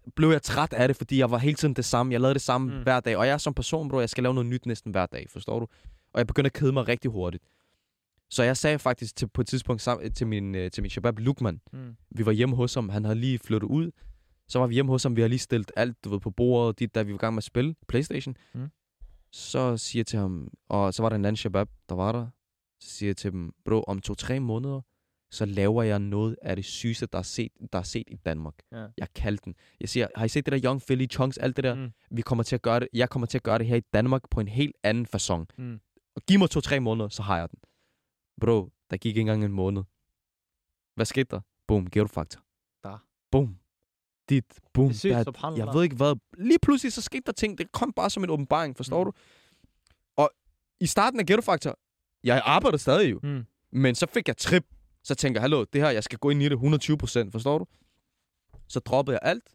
blev jeg træt af det, fordi jeg var hele tiden det samme. Jeg lavede det samme Mm. mm. hver dag. Og jeg er som person, bro, jeg skal lave noget nyt næsten hver dag, forstår du? Og jeg begyndte at kede mig rigtig hurtigt. Så jeg sagde faktisk til, på et tidspunkt sammen, til min, øh, til min shabab Lukman, Mm. vi var hjemme hos ham, han havde lige flyttet ud. Så var vi hjemme hos ham, vi har lige stillet alt, du ved, på bordet, dit, da vi var i gang med at spille PlayStation. Mm. Så siger jeg til ham, og så var der en anden shabab, der var der. Så siger jeg til dem, bro, om to-tre måneder, så laver jeg noget af det sygeste, der er set, der er set i Danmark. Ja. Jeg kaldte den. Jeg siger, har I set det der Young Philly, Chunks, alt det der? Mm. Vi kommer til at gøre det. Jeg kommer til at gøre det her i Danmark på en helt anden facon. Mm. Og giv mig to-tre måneder, så har jeg den. Bro, der gik ikke engang en måned. Hvad skete der? Boom, Ghetto Factor. Der. Boom. Dit, boom. Det er sygt, der, subhanallah. jeg ved ikke hvad. Lige pludselig så skete der ting. Det kom bare som en åbenbaring, forstår Mm. du? Og i starten af Ghetto Factor, jeg arbejder stadig jo. Mm. Men så fik jeg trip. Så tænker jeg, hallo, det her, jeg skal gå ind i det hundrede og tyve procent, forstår du? Så droppede jeg alt.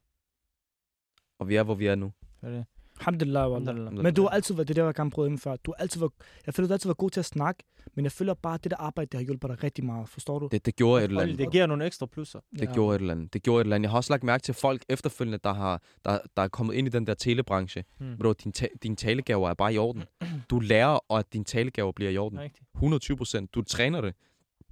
Og vi er, hvor vi er nu. Hvad er det? Alhamdulillah, wallah. Alhamdulillah. Men du har altid været, det der, jeg gerne prøvede før. Du har altid været, jeg føler, du har altid været god til at snakke, men jeg føler bare, at det der arbejde, det har hjulpet dig rigtig meget. Forstår du? Det, det gjorde et eller Hold, andet. det giver nogle ekstra plusser. Det ja. gjorde et eller andet. Det gjorde et eller andet. Jeg har også lagt mærke til folk efterfølgende, der, har, der, der er kommet ind i den der telebranche. Hmm. Bro, din, ta- din talegaver er bare i orden. Du lærer, at din talegaver bliver i orden. Rigtigt. hundrede og tyve procent. Du træner det.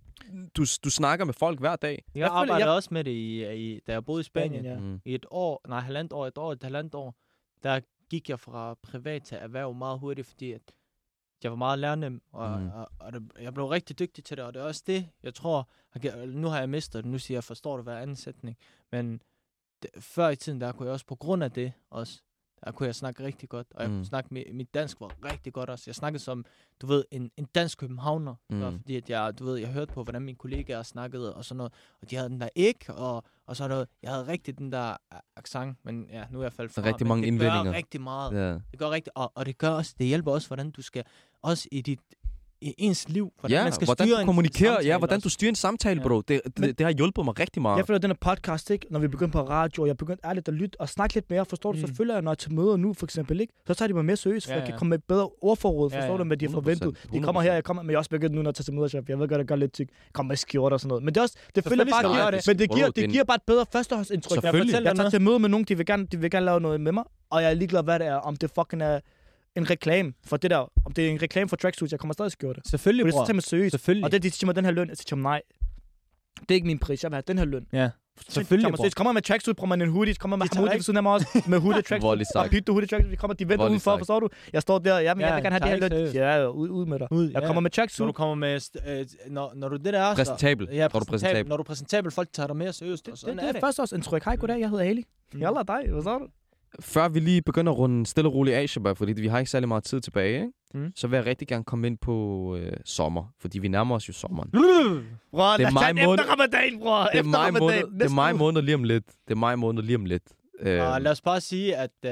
Du, du snakker med folk hver dag. Jeg, Jeg føler, arbejdede jeg- også med det, i, i, da jeg boede i Spanien. Ja. Mm. I et år, nej, halvandet år, et år, et halvandet år, der gik jeg fra privat til erhverv meget hurtigt, fordi at jeg var meget lærnem, og, Mm. mm. og, og det, jeg blev rigtig dygtig til det, og det er også det, jeg tror, har gi- nu har jeg mistet det, nu siger jeg, forstår du hver anden sætning, men det, før i tiden, der kunne jeg også på grund af det også, der kunne jeg snakke rigtig godt, og jeg Mm. kunne snakke, mit, mit dansk var rigtig godt også. Jeg snakkede som, du ved, en, en dansk københavner, Mm. mm. fordi at jeg, du ved, jeg hørte på, hvordan mine kollegaer snakkede og sådan noget, og de havde den der ikke, og, og så noget, jeg havde rigtig den der accent, men ja, nu er jeg faldet fra, Rigtig men mange det indvendinger. gør rigtig meget. Ja. Det gør rigtig, og, og det gør også, det hjælper også, hvordan du skal, også i dit, i ens liv, hvordan Ja, man skal hvordan styre du en kommunikerer, samtale ja, hvordan også. du styrer en samtale, Ja. bro. Det, det, Men- det har hjulpet mig rigtig meget. Jeg føler, at den her podcast, ikke? Når vi begyndte på radio, og jeg begyndte ærligt at lytte og snakke lidt mere, forstår du? Mm. Så føler jeg, når jeg til møder nu, for eksempel, ikke? Så tager de mig mere seriøst, for Ja, jeg kan ja. komme med et bedre ordforråd, Ja, forstår ja. du, hvad de har hundrede procent, forventet. De hundrede kommer her, procent. jeg kommer, men jeg er også begyndt nu, når jeg tager til møder, chef. Jeg ved godt, jeg gør lidt tyk. Jeg kommer med skjorter og sådan noget. Men det er også, det føler Selvfølgelig bare, skal du giver, gøre det. men det Bro, giver, det er det en- giver bare et bedre førstehåndsindtryk. Jeg, Selvfølgelig. fortæller jeg tager noget. til møde med nogen, de vil gerne, de vil gerne lave noget med mig, og jeg er ligeglad, hvad det er, om det fucking er en reklame for det der, om det er en reklame for tracksuits, jeg kommer stadig skjorte. Selvfølgelig, Fordi så bror. tager mig seriøst. Selvfølgelig. Og det, de siger mig den her løn, jeg siger mig, nej, det er ikke min pris, jeg vil have den her løn. Ja. Så Selvfølgelig, kommer, bror. så kommer med tracksuit, kommer med en hoodie, kommer med De tager Hamoudi ikke- ved siden af mig også, med hoodie tracksuit, Voldelig og sagt. Pito hoodie tracksuit, vi kommer, de venter Voldelig udenfor, sagt. forstår du? Jeg står der, ja, men jeg Ja, vil gerne have tager det her ikke løn. seriøst. Ja, ja, ud, ud med dig. Ud, Jeg ja. kommer med Når tracksuit. du kommer med, st- øh, når, når du det der er, så... Præsentabel. Ja, Tror du præsentabel? Når du er præsentabel, folk tager dig mere seriøst, Det, og det, sådan det er er det. først også indtryk. Hej, goddag, jeg hedder Ali. Mm. Jalla dig, hvad så du? Før vi lige begynder at runde stille og roligt af, Shabab, fordi vi har ikke særlig meget tid tilbage, ikke? Mm. Så vil jeg rigtig gerne komme ind på øh, sommer, fordi vi nærmer os jo sommeren. Bror, Det er maj måned. Efter Ramadan, bror. Det er Efter maj Ramadan. måned, det er Næste maj uge. måned lige om lidt. Det er maj måned lige om lidt. Øh, Og lad os bare sige, at uh,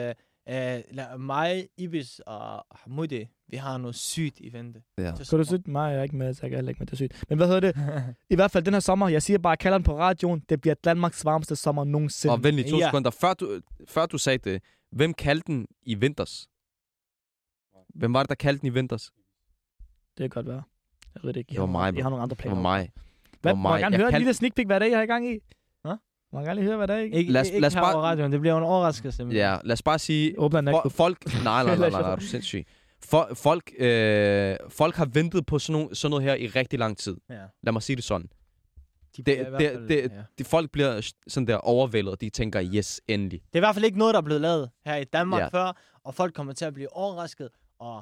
uh, mig, Ibis og Hamoudi, vi har noget sygt i vente. ja. Til Kan du sommer. sige? Nej, jeg er ikke med, så jeg kan heller ikke med, det er sygt. Men hvad hedder det? I hvert fald den her sommer, jeg siger bare, jeg kalder den på radioen, det bliver Danmarks varmeste sommer nogensinde. Og vent lige to Ja. sekunder. Før du, før du sagde det, hvem kaldte den i vinters? Hvem var det, der kaldte den i vinters? Det kan godt være. Jeg ved det ikke. Det var mig, Jeg har nogle andre Det planer. var mig. Hvad, Det var må jeg mig. gerne Jeg høre en kaldte- lille sneak peek, hvad det er, jeg har i gang i? Hå? Må jeg gerne lige høre, hvad det er, ikke? Ikke, Lad os- ikke lad os her bare- over radioen, det bliver en overraskelse. men- Ja, lad os bare sige... Åbner en For, natklub. folk... Nej, nej, nej, nej, nej, er du sindssyg. For, folk, øh, folk har ventet på sådan, nogle, sådan noget her i rigtig lang tid. Ja. Lad mig sige det sådan. De Det, bliver i hvert det, fald- det, ja. de folk bliver sådan der overvældet, og de tænker, yes, endelig. Det er i hvert fald ikke noget, der er blevet lavet her i Danmark Ja. før, og folk kommer til at blive overrasket, og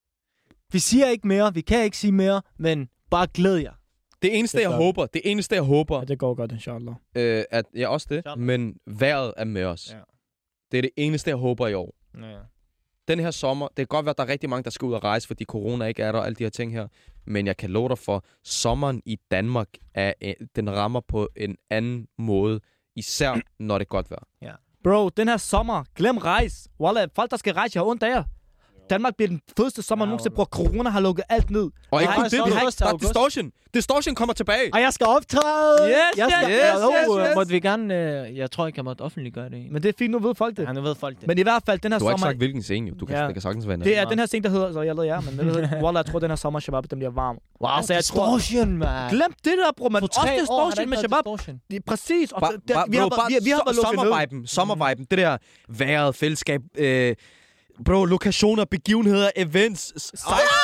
vi siger ikke mere, vi kan ikke sige mere, men bare glæd jer. Det eneste, Det jeg gør vi. håber, det eneste, jeg håber, Ja, det går godt, inshallah. øh, at ja, også det, Sådan. men vejret er med os. Ja. Det er det eneste, jeg håber i år. Ja. Den her sommer, det kan godt være, at der er rigtig mange, der skal ud og rejse, fordi corona ikke er der og alle de her ting her. Men jeg kan love dig for, sommeren i Danmark, er, øh, den rammer på en anden måde. Især når det er godt vejr. Bro, den her sommer, glem rejs. Wallah, folk, der skal rejse, jeg har ondt af jer. Danmark bliver den fedeste sommer Ja, nogensinde, wallah. bror. Corona har lukket alt ned. Og ikke Nej, kun jeg det, står vi der har første ikke august. Distortion. Distortion kommer tilbage. Og jeg skal optræde! Yes, jeg skal, yes, jeg, yes, oh, yes, yes. Måtte vi gerne... Øh, jeg tror ikke, jeg måtte offentliggøre det. Men det er fint, nu ved folk det. Ja, nu ved folk det. Men i hvert fald, den her Du har ikke sommer... sagt, hvilken scene, jo. Du kan, Ja. det kan sagtens være en Det er anden. den her scene, der hedder... Så jeg ved ja, men det hedder... Wallah, jeg tror, den her sommer, Shabab, den bliver varm. Wow, Altså, jeg tror- distortion, man. Glem det der, bror, man. For Også tre år har der distortion ikke med været Shabab. distortion. Det er præcis. Og Bare, der- bare, vi har bro, været- bare vi har- vi har været lukket ned. sommerviben, sommerviben, det der vejret, fællesskab, øh, bro, lokationer, begivenheder, events. s-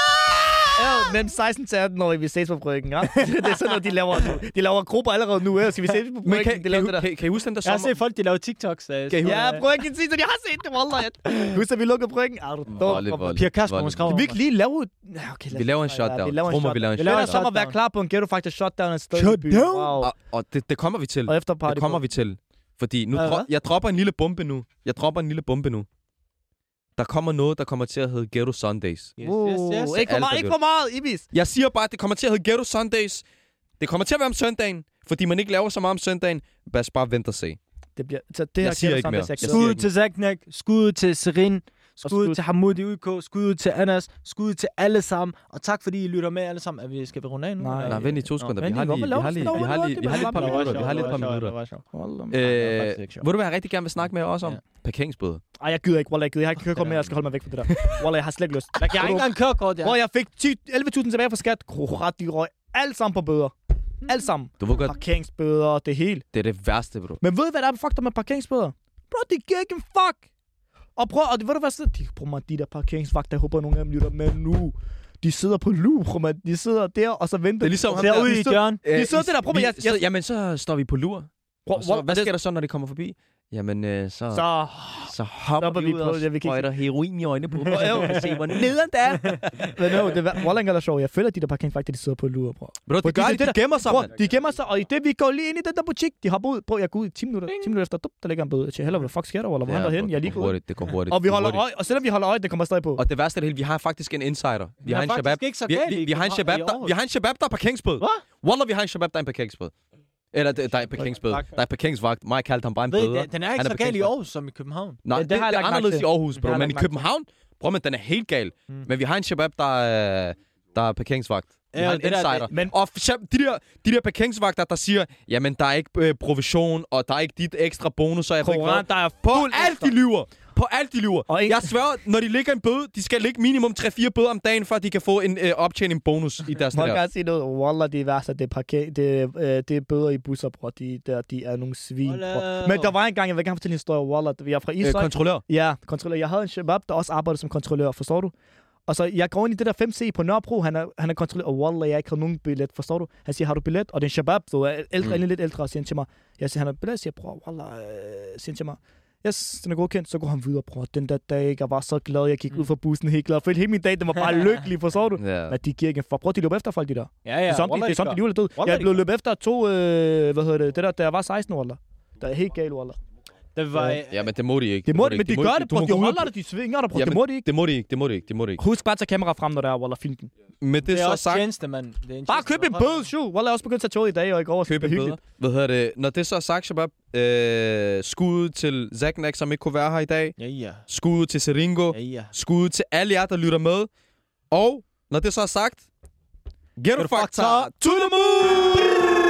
Ja, mellem seksten til atten år, vi ses på Bryggen, ja? Det er sådan noget, de laver nu. De laver grupper allerede nu, ja? Skal vi ses på Men Bryggen? kan, De kan, laver I, det der. kan, kan I huske den der Jeg har sommer? set folk, de laver TikToks. Øh, Kan I huske- Ja, Bryggen, sig, så de har set det, wallah. Husk, at vi lukker Bryggen. Er du dum? Volley, volley, Pia Kasper, hun volley. skrev Kan vi ikke lige lave... Ja, okay, lad Vi os- laver en ja, shutdown. vi laver en Tror mig, vi laver en shutdown. laver Den en her sommer være shutdown. klar på en Ghetto Factor shutdown et sted i Shutdown? byen. Wow. Og, og det, det kommer vi til. Og efterparty. Det kommer på. vi til. Fordi nu Hvad, dro- hvad? jeg dropper en lille bombe nu. Jeg dropper en lille bombe nu. Der kommer noget, der kommer til at hedde Ghetto Sundays. Yes, yes, yes. Uh, Ikke for Alt er meget, ikke godt. for meget, Ibis. Jeg siger bare, at det kommer til at hedde Ghetto Sundays. Det kommer til at være om søndagen, fordi man ikke laver så meget om søndagen. Bas bare vent og se. Det bliver... Så det her Jeg siger Ghetto ikke mere. Sundays, jeg Jeg kan- siger Skud ikke til Zaknak, skud til Serin, skud- skud til Hamoud i U K, skud til Anas, skud til alle sammen. Og tak fordi I lytter med alle sammen. Er vi, skal vi runde af nu? Nej. eller? Nej, vent lige to sekunder. Vi vent har lige, lige, vi hvorfor har lige, laver vi du har sådan lige, noget? vi har lige et par Det var minutter. Vi har lige et par Det minutter. var sjovt. Wallah. det var faktisk ikke Øh, sjovt. ved du, hvad jeg rigtig gerne vil snakke med os om? Ja. Parkeringsbøde. Ej, jeg gider ikke, Wallah, jeg gider. Jeg har ikke kommet med, jeg skal holde mig væk fra det der. Wallah, jeg har slet ikke lyst. Jeg har ikke engang kørekort, ja. Hvor jeg fik ti- elleve tusind tilbage fra skat. Krorat, de røg alt sammen på bøder. Alt sammen. Du ved godt, Parkeringsbøder, det hele. det er det værste, bro. Men ved I, hvad der er fucked up med parkeringsbøder? Bro, de giver ikke en fuck. Og prøv, og det, ved du hvad så? De, prøv mig, de der parkeringsvagter, jeg håber, nogle af dem lytter med nu. De sidder på loop, prøv mig. De sidder der, og så venter Det er ligesom de. ham Ser der- ud de i sidder- hjørnet. De sidder det der, prøv mig. Vi- Jeg, så, jeg, jamen, så står vi på lur. prøv, Og så, hvad sker der så, når de kommer forbi? Jamen, øh, så, så, Så, så hopper stopper vi vi ud på og det, vi kan sprøjter heroin i øjnene på dem. Jo. Og kan se, hvor nederen det er. men no, det er Wallah er sjovt. Jeg føler, at de der parkeringsvagter, de sidder på lur, bror. Bro, Fordi det gør det de, er de gemmer sig, Prøv, mand. de gemmer sig, og i det, vi går lige ind i den der butik, de hopper ud. Prøv, jeg går ud i ti minutter. ti minutter efter, dup, der ligger en bøde. Jeg siger, heller, hvad fuck sker der, Wallah? Hvor er han derhen? Jeg er lige det går gået. hurtigt, det går hurtigt. Og vi det går holder hurtigt. øje, og selvom vi holder øje, det kommer stadig på. Og det værste af det hele, vi har faktisk en insider. Vi har en faktisk shabab. ikke så Vi, galt vi, i vi har en København- shabab, i der, Aarhus. vi har en shabab, der er parkeringsbøde. Hvad? Wallah, vi har en shabab, der er en parkeringsbøde. Eller, der der er en parkeringsbøde. Der er parkeringsvagt. Mig kaldte ham bare en Ved I, bøde. den- den er ikke Han er så galt i parkeringsvagt. Aarhus som i København. Nej, Det- det, det det, har jeg det er lagt mærke anderledes i til. Aarhus, Det bro. har jeg Men i lagt mærke til. København, bror, men den er helt gal. Mm. Men vi har en shabab, der er, der er parkeringsvagt. Vi Ja, har en det der- insider. Men Og for eksempel, de der, de der parkeringsvagter, der siger, jamen, der er ikke øh, provision, og der er ikke dit ekstra bonus, og jeg får ikke lov. Koran, der er På fuld alt de lyver. På alt de lyver. Og en- Jeg sværger, når de ligger en bøde, de skal ligge minimum tre fire bøder om dagen, for at de kan få en øh, optjening bonus i deres Må jeg der. gerne sige noget? Wallah, det er værste, det er, parker, det, øh, det er bøder i busser, bror. De, der, de er nogle svin, bror. Wallah. Men der var en gang, jeg vil gerne fortælle en historie, Wallah. Vi er fra Øh, Ishøj. kontrollør. Ja, kontrollør. Jeg havde en shabab, der også arbejdede som kontrollør, forstår du? Og så jeg går ind i det der fem C på Nørrebro, han er, han er kontrollør, og Wallah, jeg ikke har nogen billet, forstår du? Han siger, har du billet? Og det er en shabab, så er ældre, Mm. mm. lidt ældre, og siger han til mig, jeg siger, han har billet, jeg siger, bror, Wallah, øh, siger han til mig, yes, den er godkendt, så går han videre, bror. Den der dag, jeg var så glad, jeg gik Mm. ud fra bussen helt glad. For hele min dag, den var bare lykkelig, forstår du? Ja. Men de giver ikke en for. Bror, de løber efter folk, de der. Ja, ja. Det er som, Wallah, det er som, gør. de lige er død. Wallah, Jeg de blev gør. løbet efter to, øh, hvad hedder det, det der, da jeg var seksten år, Wallah. Der er helt galt, Wallah. Det var... Ja, men det må de ikke. Det må de, men ikke. de gør det, Du bror. må De gå ud holder på- det, de svinger der, bror. Jamen, Det må de ikke. Det må de ikke, det må de ikke, det må de ikke. Husk bare at tage kamera frem, når der er, Wallah, film den. Med det, Det er så også sagt, tjeneste, mand. Det er en Bare tjeneste, køb en der bøde, holder. show. Wallah, jeg har også begyndt at tage toget i dag, og i går. køb en Hyggeligt. bøde. Hvad hedder det? Når det så er sagt, Shabab, øh, skud til Zaknak, som ikke kunne være her i dag. Ja, ja. Skud til Seringo. Ja, ja. Skud til alle jer, der lytter med. Og når det så er sagt, Ghetto Factor to the moon!